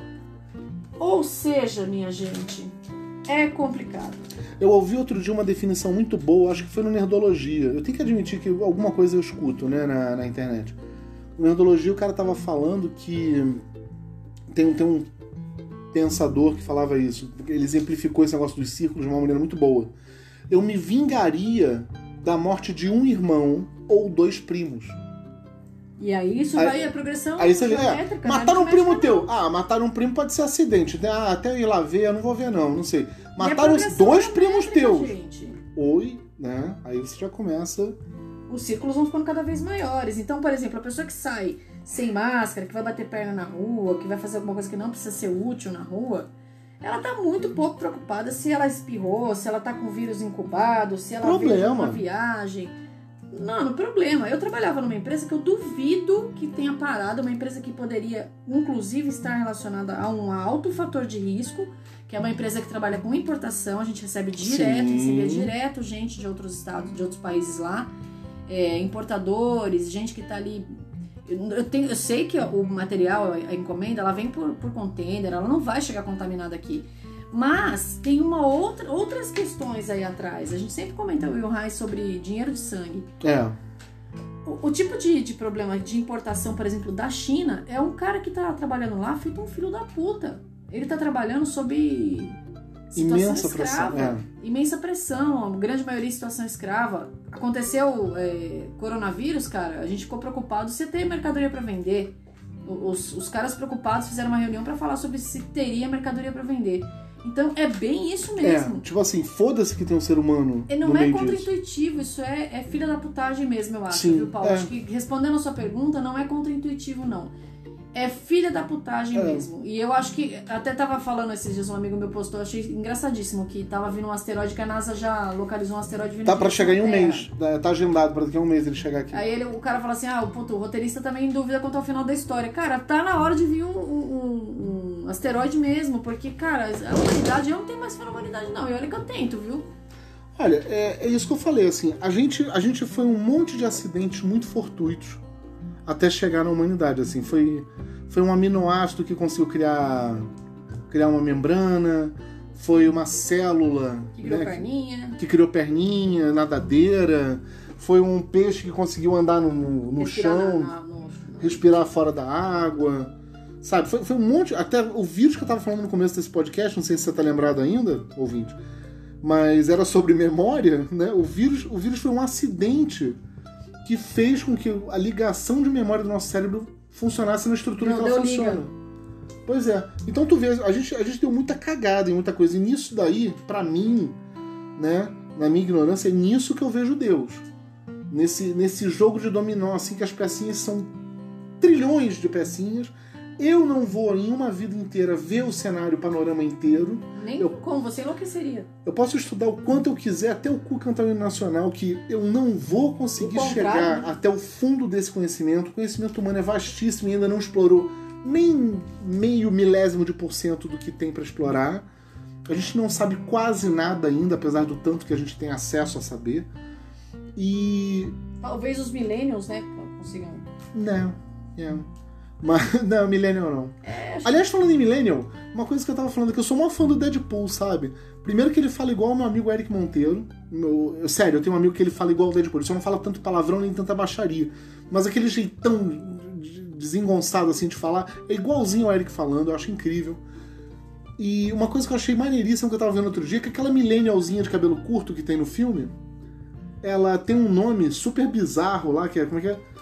Ou seja, minha gente, é complicado. Eu ouvi outro dia uma definição muito boa, acho que foi no Nerdologia. Eu tenho que admitir que alguma coisa eu escuto, né, na, na internet. No Nerdologia o cara tava falando que tem, tem um pensador que falava isso. Ele exemplificou esse negócio dos círculos de uma maneira muito boa. Eu me vingaria da morte de um irmão ou dois primos. E aí isso Aí- vai a progressão Aí você vê, é, geométrica, né? mataram um Aritmética, primo não. teu. Ah, mataram um primo pode ser acidente. né? Ah, até eu ir lá ver, eu não vou ver não, não sei. E a Mataram progressão dois primos geométrica, teus. gente. Oi, né? Aí você já começa... Os círculos vão ficando cada vez maiores. Então, por exemplo, a pessoa que sai sem máscara, que vai bater perna na rua, que vai fazer alguma coisa que não precisa ser útil na rua, ela tá muito pouco preocupada se ela espirrou, se ela tá com vírus incubado, se ela veio de Problema. uma viagem. Mano, problema. Eu trabalhava numa empresa que eu duvido que tenha parado, uma empresa que poderia, inclusive, estar relacionada a um alto fator de risco, que é uma empresa que trabalha com importação, a gente recebe direto, Sim. recebia direto gente de outros estados, de outros países lá, é, importadores, gente que tá ali. Eu, eu tenho, eu sei que o material, a encomenda, ela vem por, por container, ela não vai chegar contaminada aqui. Mas tem uma outra, outras questões aí atrás. A gente sempre comenta, eu e o Rai, sobre dinheiro de sangue. É, O, o tipo de, de problema de importação, por exemplo, da China, é um cara que tá trabalhando lá feito um filho da puta. Ele tá trabalhando sob situação imensa escrava. pressão. É. Imensa pressão, a grande maioria em situação escrava. Aconteceu é, coronavírus, cara, a gente ficou preocupado se ter mercadoria para vender. Os, os caras preocupados fizeram uma reunião para falar sobre se teria mercadoria para vender. Então é bem isso mesmo. É, tipo assim, foda-se que tem um ser humano E não no é meio disso. contra-intuitivo, isso é, é filha da putagem mesmo, eu acho, Sim, viu, Paulo? é. Acho que respondendo a sua pergunta, não é contra-intuitivo, não. É filha da putagem É. mesmo. E eu acho que, até tava falando esses dias, um amigo meu postou, eu achei engraçadíssimo, que tava vindo um asteroide, que a NASA já localizou um asteroide vindo Tá em pra direção chegar em à um Terra. mês. Tá- Tá agendado pra daqui a um mês ele chegar aqui. Aí ele, o cara fala assim, ah, o, puto, o roteirista também em dúvida quanto ao final da história. Cara, tá na hora de vir um, um- um asteroide mesmo, porque, cara, a humanidade, eu não tenho mais fé na humanidade não, e olha que eu tento, viu? Olha, é, é isso que eu falei, assim, a gente, a gente foi um monte de acidentes muito fortuitos até chegar na humanidade, assim, foi, foi um aminoácido que conseguiu criar, criar uma membrana, foi uma célula... Que criou né, perninha. Que, que criou perninha, nadadeira, foi um peixe que conseguiu andar no, no chão, na, na, no, no... respirar fora da água, sabe, foi, foi um monte, até o vírus que eu tava falando no começo desse podcast, não sei se você tá lembrado ainda, ouvinte, mas era sobre memória, né? O vírus, o vírus foi um acidente que fez com que a ligação de memória do nosso cérebro funcionasse na estrutura Não, que ela deu funciona. liga. Pois é. Então tu vê, a gente, a gente deu muita cagada em muita coisa. E nisso daí, pra mim, né, na minha ignorância, é nisso que eu vejo Deus. Nesse, nesse jogo de dominó, assim, que as pecinhas são trilhões de pecinhas. Eu não vou em uma vida inteira ver o cenário, o panorama inteiro. Nem eu, como, você enlouqueceria. Eu posso estudar o quanto eu quiser, até o cu cantar o hino nacional, que eu não vou conseguir chegar, né, até o fundo desse conhecimento. O conhecimento humano é vastíssimo e ainda não explorou nem meio milésimo de por cento do que tem para explorar. A gente não sabe quase nada ainda, apesar do tanto que a gente tem acesso a saber. E... talvez os millennials, né, consigam... Não, é... Mas, não, Millennial não. É, Aliás, falando em Millennial, uma coisa que eu tava falando é que eu sou maior fã do Deadpool, sabe? Primeiro que ele fala igual ao meu amigo Eric Monteiro. Meu, eu, sério, eu tenho um amigo que ele fala igual ao Deadpool. Ele só não fala tanto palavrão nem tanta baixaria. Mas aquele jeitão desengonçado assim de falar é igualzinho ao Eric falando, eu acho incrível. E uma coisa que eu achei maneiríssima que eu tava vendo outro dia é que aquela millennialzinha de cabelo curto que tem no filme, ela tem um nome super bizarro lá, que é, como é que é?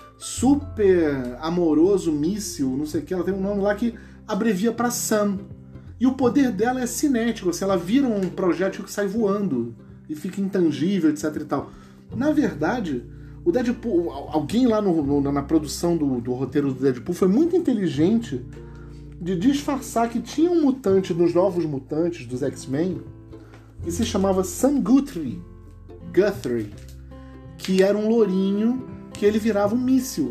Super amoroso míssil, não sei o que, ela tem um nome lá que abrevia pra Sam. E o poder dela é cinético, assim, ela vira um projétil que sai voando e fica intangível, etc e tal. Na verdade, o Deadpool, alguém lá no, no, na produção do, do roteiro do Deadpool foi muito inteligente de disfarçar que tinha um mutante nos Novos Mutantes dos X-Men que se chamava Sam Guthrie, Guthrie, que era um lourinho que ele virava um míssil.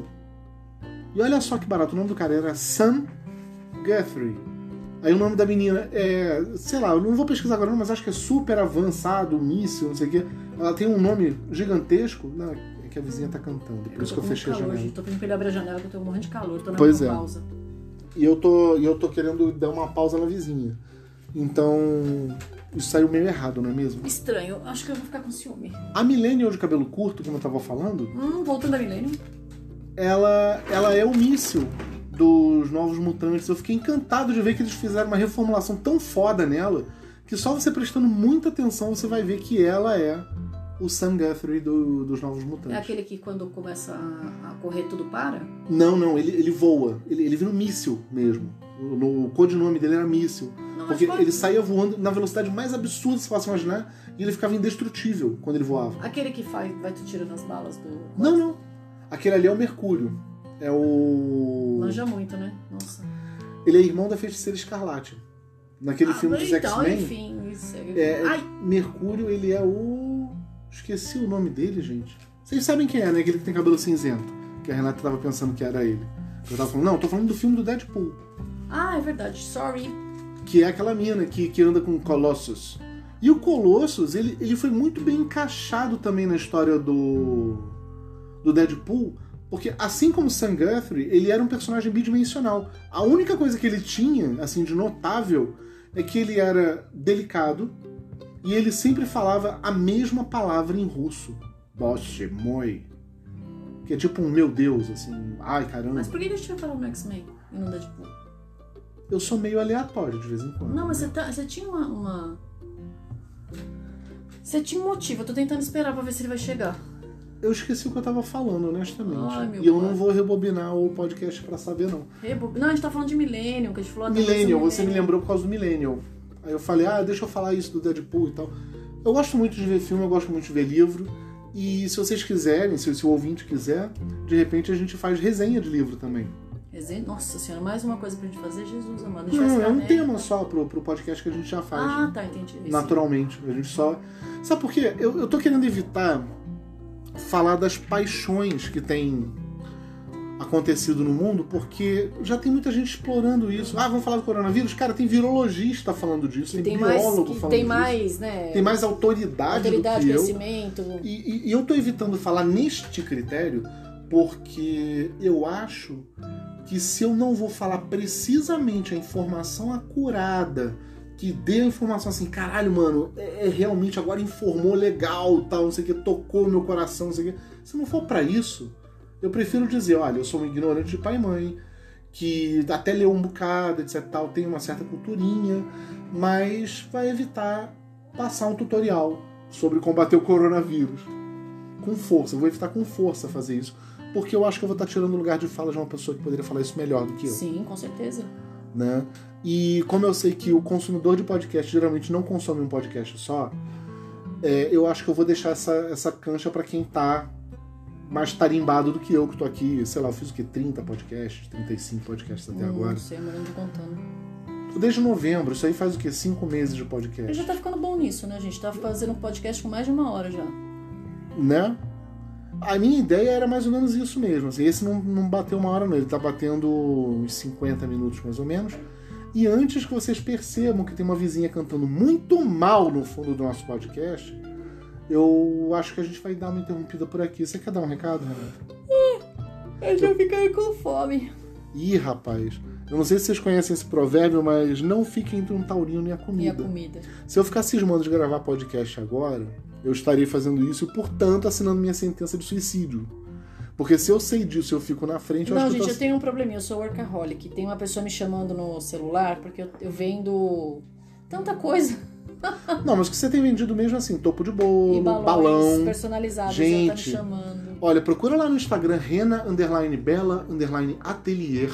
E olha só que barato, o nome do cara era Sam Guthrie. Aí o nome da menina é, sei lá, eu não vou pesquisar agora não, mas acho que é super avançado, míssil, não sei o quê. Ela tem um nome gigantesco. Não, é que a vizinha tá cantando, por eu isso que eu fechei calor, a janela. Gente, tô pedindo pra ele abrir a janela que eu tô morrendo de calor, tô na pois minha é. pausa. E eu tô, e eu tô querendo dar uma pausa na vizinha. Então, isso saiu meio errado, não é mesmo? Estranho, acho que eu vou ficar com ciúme. A Millennial de cabelo curto, como eu tava falando... Hum, voltando a Millennium. Ela, ela é o míssil dos Novos Mutantes. Eu fiquei encantado de ver que eles fizeram uma reformulação tão foda nela, que só você prestando muita atenção você vai ver que ela é o Sam Guthrie do, dos Novos Mutantes. É aquele que quando começa a, a correr tudo para? Não, não, ele, ele voa. Ele, ele vira um míssil mesmo. O, o codinome dele era míssil. Não, porque mas ele saía voando na velocidade mais absurda que você possa imaginar e ele ficava indestrutível quando ele voava. Aquele que faz, vai te tirando as balas do... Não, não. Aquele ali é o Mercúrio. É o... Manja muito, né? Nossa. Ele é irmão da Feiticeira Escarlate. Naquele ah, filme dos então, X-Men. enfim, isso é... É, Ai. Mercúrio, ele é o... Esqueci o nome dele, gente. Vocês sabem quem é, né? Aquele que tem cabelo cinzento. Que a Renata tava pensando que era ele. Eu tava falando, não, eu tô falando do filme do Deadpool. Ah, é verdade. Sorry. Que é aquela mina que, que anda com o Colossus. E o Colossus, ele, ele foi muito bem encaixado também na história do, do Deadpool, porque assim como Sam Guthrie, ele era um personagem bidimensional. A única coisa que ele tinha, assim, de notável, é que ele era delicado e ele sempre falava a mesma palavra em russo. Boche, moi. Que é tipo um meu Deus, assim, ai caramba. Mas por que a gente vai falar no X-Men e no Deadpool? Eu sou meio aleatório de vez em quando. Não, mas você, tá, você tinha uma, uma... Você tinha um motivo, eu tô tentando esperar pra ver se ele vai chegar. Eu esqueci o que eu tava falando, honestamente. Ai, meu e eu pai. não vou rebobinar o podcast pra saber, não. Rebob... Não, a gente tá falando de Millennium, que a gente falou... até Millennial, desse você me lembrou por causa do Millennial. Aí eu falei, ah, deixa eu falar isso do Deadpool e tal. Eu gosto muito de ver filme, eu gosto muito de ver livro. E se vocês quiserem, se, se o ouvinte quiser, de repente a gente faz resenha de livro também. Resenha? Nossa senhora, mais uma coisa pra gente fazer, Jesus amado. Não, é um tema só pro, pro podcast que a gente já faz. Ah, tá, entendi. Naturalmente. A gente só... Sabe por quê? Eu, eu tô querendo evitar falar das paixões que tem acontecido no mundo, porque já tem muita gente explorando isso. Ah, vamos falar do coronavírus? Cara, tem virologista falando disso, tem, tem biólogo mais, falando tem disso. Mais, né, tem mais autoridade, autoridade do que conhecimento. eu. E, e, e eu tô evitando falar neste critério porque eu acho que se eu não vou falar precisamente a informação acurada, que dê a informação assim, caralho, mano, é, é realmente agora informou legal, tal, não sei o que, tocou o meu coração, não sei o que. Se não for pra isso, eu prefiro dizer, olha, eu sou um ignorante de pai e mãe, que até leu um bocado, etc tal, tem uma certa culturinha, mas vai evitar passar um tutorial sobre combater o coronavírus. Com força, eu vou evitar com força fazer isso, porque eu acho que eu vou estar tirando o lugar de fala de uma pessoa que poderia falar isso melhor do que eu. Sim, com certeza. Né? E como eu sei que o consumidor de podcast geralmente não consome um podcast só, é, eu acho que eu vou deixar essa, essa cancha para quem tá mais tarimbado do que eu, que tô aqui, sei lá, eu fiz o quê? trinta podcasts, trinta e cinco podcasts até hum, agora. Não sei, mas não tô contando. Tô desde novembro, isso aí faz o quê? cinco meses de podcast. Ele já tá ficando bom nisso, né, gente? Tá fazendo um podcast com mais de uma hora já. Né? A minha ideia era mais ou menos isso mesmo. Assim, esse não, não bateu uma hora, não. Ele tá batendo uns cinquenta minutos, mais ou menos. E antes que vocês percebam que tem uma vizinha cantando muito mal no fundo do nosso podcast, eu acho que a gente vai dar uma interrompida por aqui. Você quer dar um recado, Renata? Eu já fiquei com fome. Ih, rapaz. Eu não sei se vocês conhecem esse provérbio, mas não fique entre um taurino e a comida. E a comida. Se eu ficar cismando de gravar podcast agora, eu estarei fazendo isso e, portanto, assinando minha sentença de suicídio. Porque se eu sei disso e eu fico na frente, eu Não, acho gente, que eu, tô... eu tenho um probleminha. Eu sou workaholic. Tem uma pessoa me chamando no celular porque eu, eu vendo tanta coisa. Não, mas o que você tem vendido mesmo assim, topo de bolo, E balões balão. personalizados, gente, já tá me chamando. Olha, procura lá no Instagram, Rena, underline Bela, underline Atelier,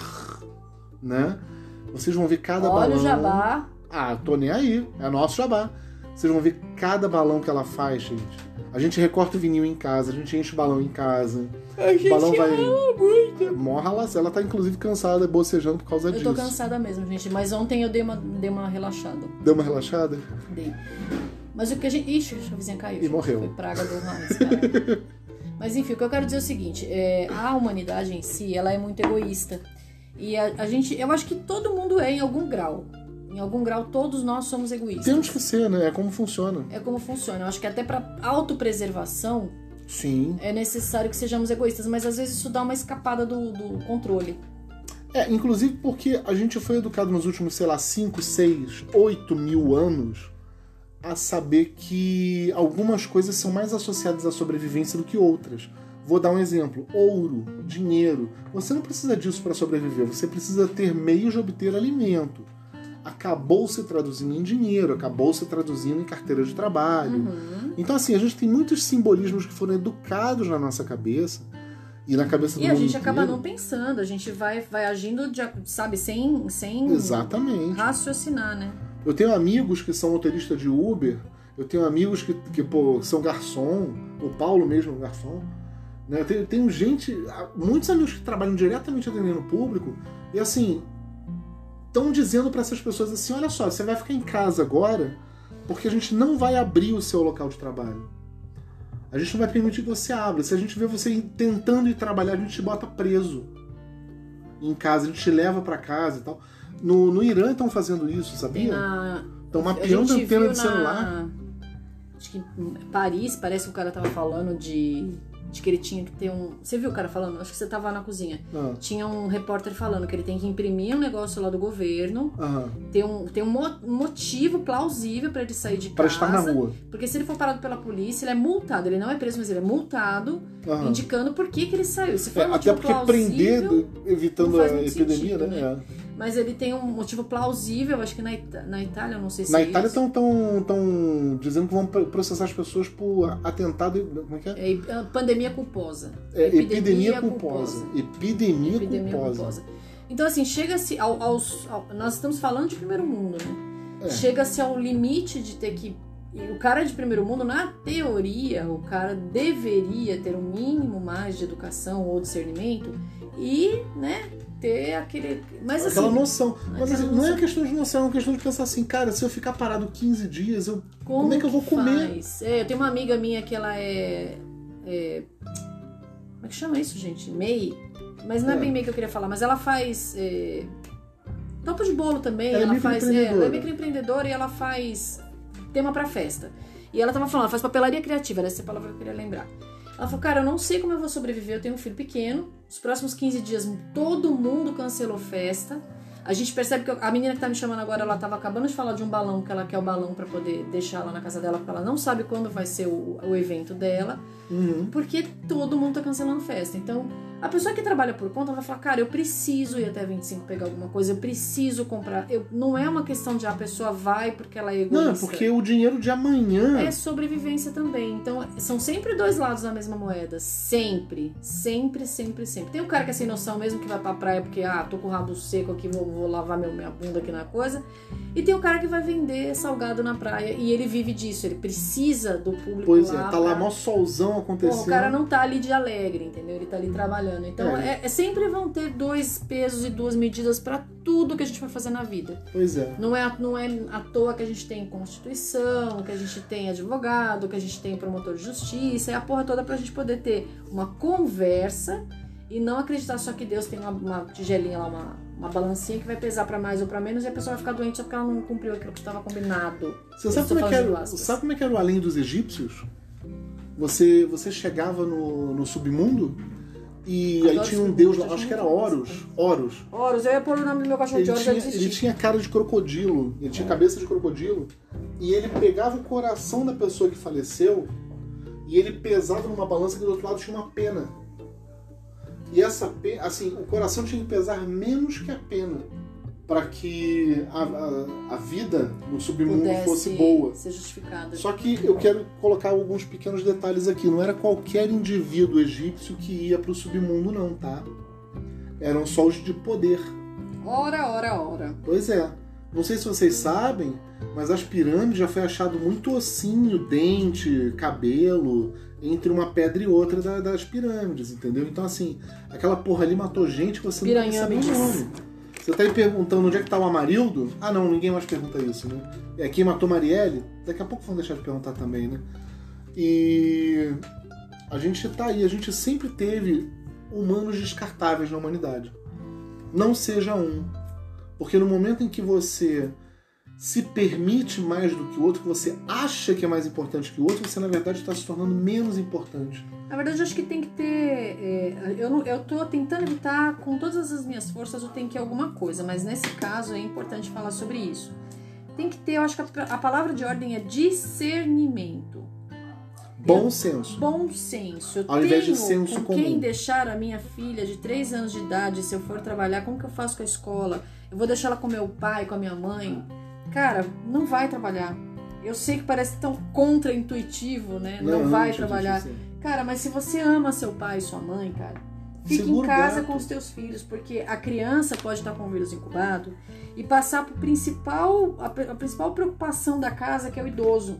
né? Vocês vão ver cada Olha balão. o jabá. Ah, tô nem aí, é nosso jabá. Vocês vão ver cada balão que ela faz, gente. A gente recorta o vinil em casa, a gente enche o balão em casa. A gente o balão vai. muito. Morra lá, ela tá inclusive cansada, bocejando por causa Eu disso. tô cansada mesmo, gente. Mas ontem eu dei uma, dei uma relaxada. Deu uma relaxada? Dei. Mas o que a gente... Ixi, a vizinha caiu. E gente. morreu. Foi praga do Raiz, cara. Mas enfim, o que eu quero dizer é o seguinte. É, a humanidade em si, ela é muito egoísta. E a, a gente... Eu acho que todo mundo é em algum grau. Em algum grau, todos nós somos egoístas. Temos que ser, né? É como funciona. É como funciona. Eu acho que até pra autopreservação Sim. é necessário que sejamos egoístas. Mas às vezes isso dá uma escapada do, do controle. É, inclusive porque a gente foi educado nos últimos, sei lá, cinco, seis, oito mil anos a saber que algumas coisas são mais associadas à sobrevivência do que outras. Vou dar um exemplo. Ouro, dinheiro. Você não precisa disso para sobreviver. Você precisa ter meios de obter alimento. Acabou se traduzindo em dinheiro, acabou se traduzindo em carteira de trabalho. Uhum. Então, assim, a gente tem muitos simbolismos que foram educados na nossa cabeça e na cabeça do E mundo a gente acaba inteiro. não pensando, a gente vai, vai agindo, de, sabe, sem, sem Exatamente. raciocinar, né? Eu tenho amigos que são motoristas de Uber, eu tenho amigos que, que pô, são garçom, o Paulo mesmo é um garçom. Né? Eu tenho, eu tenho gente, muitos amigos que trabalham diretamente atendendo o público, e assim, estão dizendo para essas pessoas assim, olha só, você vai ficar em casa agora, porque a gente não vai abrir o seu local de trabalho. A gente não vai permitir que você abra. Se a gente vê você tentando ir trabalhar, a gente te bota preso em casa, a gente te leva para casa e tal. No, no Irã estão fazendo isso, sabia? Na... Estão mapeando a antena de celular. Na... Acho que em Paris, parece que o cara tava falando de... de que ele tinha que ter um... Você viu o cara falando? Acho que você tava na cozinha. Ah. Tinha um repórter falando que ele tem que imprimir um negócio lá do governo, Aham. ter um, ter um mo- um motivo plausível pra ele sair de Para casa. estar na rua. Porque se ele for parado pela polícia, ele é multado. Ele não é preso, mas ele é multado, Aham. indicando por que, que ele saiu. Se for É, um até motivo porque plausível, prender, evitando não faz a muito epidemia, sentido, né? né? Mas ele tem um motivo plausível, acho que na, Ita- na Itália, eu não sei se Na é Itália isso. estão tão, tão dizendo que vão processar as pessoas por atentado. Como é que é? É pandemia culposa. É, epidemia, culposa. Epidemia, Epidemia culposa. culposa. Então, assim, chega-se ao, aos... Ao, nós estamos falando de primeiro mundo, né? É. Chega-se ao limite de ter que... E o cara de primeiro mundo, na teoria, o cara deveria ter um mínimo mais de educação ou discernimento e, né, ter aquele... Mas, Aquela assim, noção. Mas aquela assim, não é noção. questão de noção, é uma questão de pensar assim, cara, se eu ficar parado quinze dias, eu... como, é que eu vou comer? faz? É, eu tenho uma amiga minha que ela é... é... Como é que chama isso, gente? M E I? Mas não é, É. bem meio que eu queria falar, mas ela faz é, topo de bolo também, Ela é ela faz, é, microempreendedora. ela é microempreendedora e ela faz tema pra festa. E ela tava falando, ela faz papelaria criativa, era essa a palavra que eu queria lembrar. Ela falou, cara, eu não sei como eu vou sobreviver, eu tenho um filho pequeno, os próximos quinze dias todo mundo cancelou festa. A gente percebe que a menina que tá me chamando agora, ela tava acabando de falar de um balão, que ela quer o balão pra poder deixar lá na casa dela, porque ela não sabe quando vai ser o, o evento dela, Uhum. porque todo mundo tá cancelando festa. Então, a pessoa que trabalha por conta vai falar, cara, eu preciso ir até vinte e cinco pegar alguma coisa, eu preciso comprar. Eu, não é uma questão de a pessoa vai porque ela é egoísta. Não, é porque o dinheiro de amanhã... É sobrevivência também. Então, são sempre dois lados da mesma moeda. Sempre. Sempre, sempre, sempre. Tem o cara que é sem noção mesmo, que vai pra praia porque, ah, tô com o rabo seco aqui, vou, vou lavar meu, minha bunda aqui na coisa. E tem o cara que vai vender salgado na praia e ele vive disso. Ele precisa do público Pois lá. é, tá lá pra... mó solzão acontecendo. Pô, o cara não tá ali de alegre, entendeu? Ele tá ali trabalhando. Então, É. é. É, sempre vão ter dois pesos e duas medidas pra tudo que a gente vai fazer na vida. Pois é. Não é, não é à toa que a gente tem Constituição, que a gente tem advogado, que a gente tem promotor de justiça, é a porra toda pra gente poder ter uma conversa e não acreditar só que Deus tem uma, uma tigelinha lá, uma, uma balancinha que vai pesar pra mais ou pra menos e a pessoa vai ficar doente só porque ela não cumpriu aquilo que estava combinado. Você Eu sabe tô como, é que falando era, de aspas. sabe como é que era o além dos egípcios? Você, você chegava no, no submundo e Adoro aí tinha um submundo, deus lá, acho acho que era muito Horus. Horus. Horus, eu ia pôr o nome do meu cachorro Ele de Horus, tinha, eu desisti. ele tinha cara de crocodilo, ele tinha cabeça de crocodilo, e ele pegava o coração da pessoa que faleceu e ele pesava numa balança que do outro lado tinha uma pena. E essa pena, assim, o coração tinha que pesar menos que a pena para que a, a, a vida no submundo Pudesse fosse boa. ser justificada. Só que eu quero colocar alguns pequenos detalhes aqui. Não era qualquer indivíduo egípcio que ia para o submundo, não, tá? Eram só os de poder. Ora, ora, ora. Pois é. Não sei se vocês sabem, mas as pirâmides já foi achado muito ossinho, dente, cabelo, entre uma pedra e outra da- das pirâmides, entendeu? Então, assim, aquela porra ali matou gente que você não sabe o Piranhâmides. nome. Você tá aí perguntando onde é que tá o Amarildo? Ah, não, ninguém mais pergunta isso, né? É quem matou Marielle? Daqui a pouco vão deixar de perguntar também, né? E a gente tá aí, a gente sempre teve humanos descartáveis na humanidade. Não seja um. Porque no momento em que você se permite mais do que o outro, que você acha que é mais importante que o outro, você na verdade está se tornando menos importante. Na verdade, eu acho que tem que ter... é, eu, não, eu tô tentando evitar com todas as minhas forças o tem que alguma coisa, mas nesse caso é importante falar sobre isso. Tem que ter, eu acho que a, a palavra de ordem é discernimento. Bom senso. Bom senso. Eu Ao invés de tenho senso com quem comum. deixar a minha filha de três anos de idade, se eu for trabalhar, como que eu faço com a escola? Eu vou deixar ela com meu pai, com a minha mãe? Cara, não vai trabalhar. Eu sei que parece tão contra-intuitivo, né? Não, vai deixa eu trabalhar. dizer. Cara, mas se você ama seu pai e sua mãe, cara, fique Segura em o casa gato. com os teus filhos, porque a criança pode estar com o vírus incubado e passar pro principal, a, a principal preocupação da casa, que é o idoso.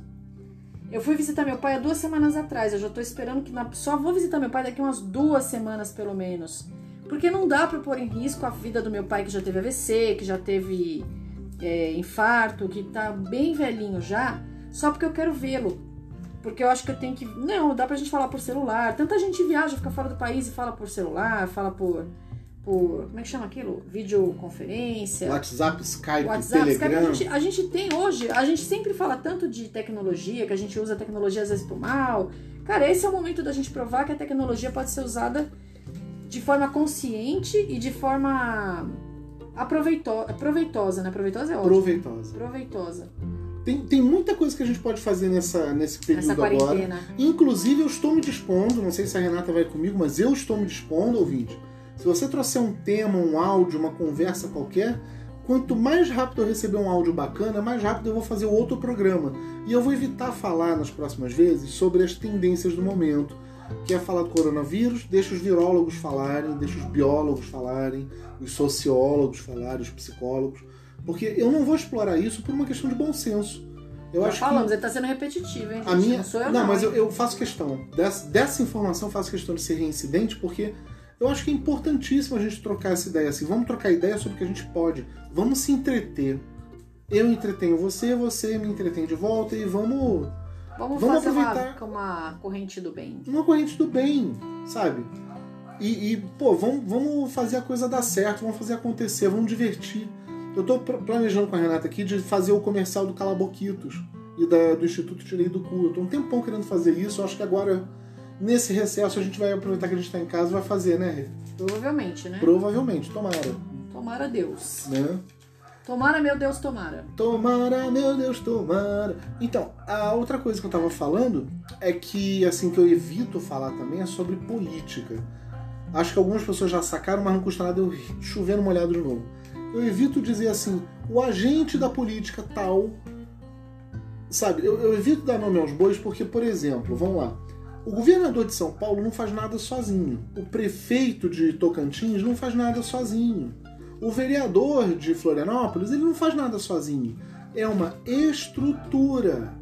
Eu fui visitar meu pai há duas semanas atrás, eu já tô esperando que na, só vou visitar meu pai daqui umas duas semanas pelo menos. Porque não dá pra pôr em risco a vida do meu pai que já teve A V C, que já teve é, infarto, que tá bem velhinho já, só porque eu quero vê-lo. Porque eu acho que eu tenho que... Não, dá pra gente falar por celular. Tanta gente viaja, fica fora do país e fala por celular, fala por... por como é que chama aquilo? Videoconferência. WhatsApp, Skype, WhatsApp, Skype. Telegram. A gente, a gente tem hoje... A gente sempre fala tanto de tecnologia, que a gente usa a tecnologia às vezes pro mal. Cara, esse é o momento da gente provar que a tecnologia pode ser usada de forma consciente e de forma aproveito... proveitosa, né? Proveitosa é ótimo. Proveitosa. Proveitosa. Tem, tem muita coisa que a gente pode fazer nessa, nesse período Essa agora. quarentena. Inclusive, eu estou me dispondo, não sei se a Renata vai comigo, mas eu estou me dispondo, ouvinte. Se você trouxer um tema, um áudio, uma conversa qualquer, quanto mais rápido eu receber um áudio bacana, mais rápido eu vou fazer outro programa. E eu vou evitar falar nas próximas vezes sobre as tendências do momento, que é falar do coronavírus, deixa os virólogos falarem, deixa os biólogos falarem, os sociólogos falarem, os psicólogos, porque eu não vou explorar isso por uma questão de bom senso. Eu Já acho falamos, que ele tá sendo repetitivo, hein, gente? a minha... Não sou eu, não, não. mas hein? eu, eu faço questão. Dessa, dessa informação eu faço questão de ser reincidente, porque eu acho que é importantíssimo a gente trocar essa ideia assim. Vamos trocar ideia sobre o que a gente pode. Vamos se entreter. Eu entretenho você, você me entretém de volta e vamos... Vamos, Vamos fazer aproveitar. uma, uma corrente do bem. Uma corrente do bem, sabe? E, e pô, vamos, vamos fazer a coisa dar certo, vamos fazer acontecer, vamos divertir. Eu tô planejando com a Renata aqui de fazer o comercial do Calaboquitos e da, do Instituto Tirei do Cu. Eu tô um tempão querendo fazer isso, eu acho que agora, nesse recesso, a gente vai aproveitar que a gente tá em casa e vai fazer, né, Rê? Provavelmente, né? Provavelmente, tomara. Tomara Deus. Né? Tomara, meu Deus, tomara. Tomara, meu Deus, tomara. Então, a outra coisa que eu tava falando é que, assim, que eu evito falar também é sobre política. Acho que algumas pessoas já sacaram, mas não custa nada eu chover no molhado de novo. Eu evito dizer assim, o agente da política tal... Sabe, eu, eu evito dar nome aos bois porque, por exemplo, vamos lá. O governador de São Paulo não faz nada sozinho. O prefeito de Tocantins não faz nada sozinho. O vereador de Florianópolis, ele não faz nada sozinho. É uma estrutura.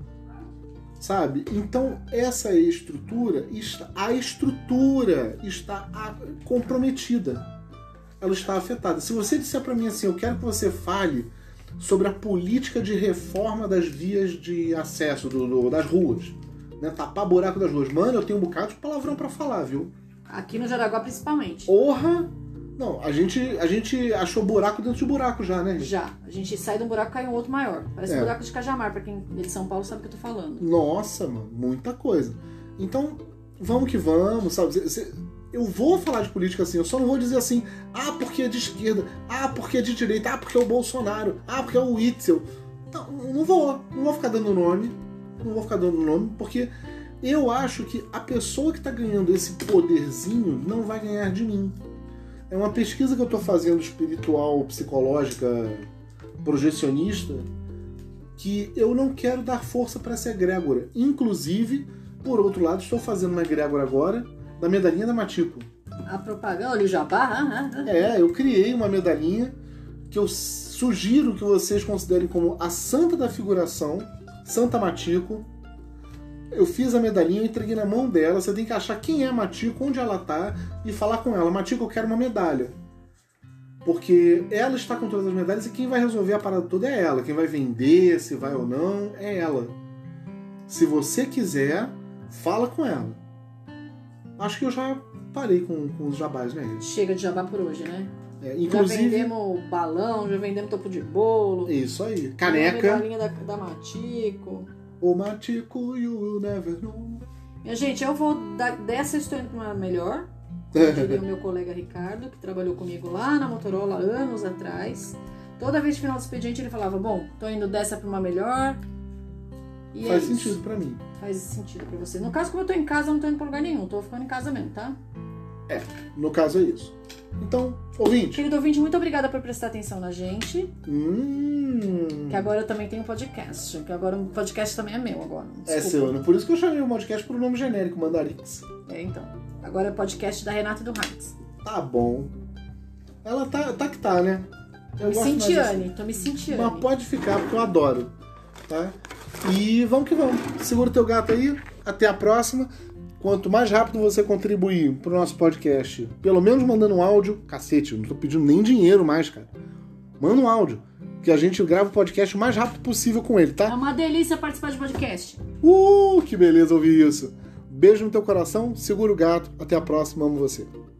Sabe? Então, essa estrutura, a estrutura está comprometida. Ela está afetada. Se você disser para mim assim, eu quero que você fale sobre a política de reforma das vias de acesso, do, do, das ruas, né? Tapar buraco das ruas. Mano, eu tenho um bocado de palavrão para falar, viu? Aqui no Jaraguá, principalmente. Porra! Não, a gente, a gente achou buraco dentro de buraco já, né? Já. A gente sai de um buraco e cai em um outro maior. Parece É. um buraco de Cajamar, pra quem é de São Paulo sabe o que eu tô falando. Nossa, mano, muita coisa. Então, vamos que vamos, sabe? Eu vou falar de política assim, eu só não vou dizer assim, ah, porque é de esquerda, ah, porque é de direita, ah, porque é o Bolsonaro, ah, porque é o Witzel. Não, não vou, não vou ficar dando nome, não vou ficar dando nome, porque eu acho que a pessoa que tá ganhando esse poderzinho não vai ganhar de mim. É uma pesquisa que eu tô fazendo espiritual, psicológica, projecionista, que eu não quero dar força para essa egrégora. Inclusive, por outro lado, estou fazendo uma egrégora agora da medalhinha da Matico. A propaganda, olha o jabá. Ah, ah, ah. É, eu criei uma medalhinha que eu sugiro que vocês considerem como a santa da figuração, Santa Matico. Eu fiz a medalhinha, eu entreguei na mão dela. Você tem que achar quem é a Matico, onde ela tá e falar com ela. Matico, eu quero uma medalha. Porque ela está com todas as medalhas e quem vai resolver a parada toda é ela. Quem vai vender, se vai ou não, é ela. Se você quiser, fala com ela. Acho que eu já parei com, com os jabás, né? Chega de jabá por hoje, né? É, inclusive... Já vendemos balão, já vendemos topo de bolo. Isso aí. A Caneca. medalhinha da, da Matico. O Matico, you will never know. Minha gente, eu vou dar, dessa eu estou indo para uma melhor. Eu diria o meu colega Ricardo, que trabalhou comigo lá na Motorola anos atrás. Toda vez de final do expediente ele falava, bom, tô indo dessa para uma melhor. E Faz é sentido isso. pra mim. Faz sentido pra você. No caso, como eu tô em casa, eu não tô indo pra lugar nenhum. Tô ficando em casa mesmo, tá? É, no caso é isso. Então, ouvinte. Querido ouvinte, muito obrigada por prestar atenção na gente. Hum. Que agora eu também tenho um podcast. Que agora o podcast também é meu agora. É Desculpa. seu, né? Por isso que eu chamei o podcast por um nome genérico, Mandarix. É, então. Agora é podcast da Renata e do Heinz. Tá bom. Ela tá, tá que tá, né? Eu Me gosto mais sentiane, assim. tô me sentiane. Mas pode ficar, porque eu adoro. Tá? E vamos que vamos. Segura o teu gato aí. Até a próxima. Quanto mais rápido você contribuir pro nosso podcast, pelo menos mandando um áudio, cacete, eu não tô pedindo nem dinheiro mais, cara. Manda um áudio, que a gente grava o podcast o mais rápido possível com ele, É tá? uma delícia participar de podcast. Uh, que beleza ouvir isso. Beijo no teu coração, segura o gato, até a próxima, amo você.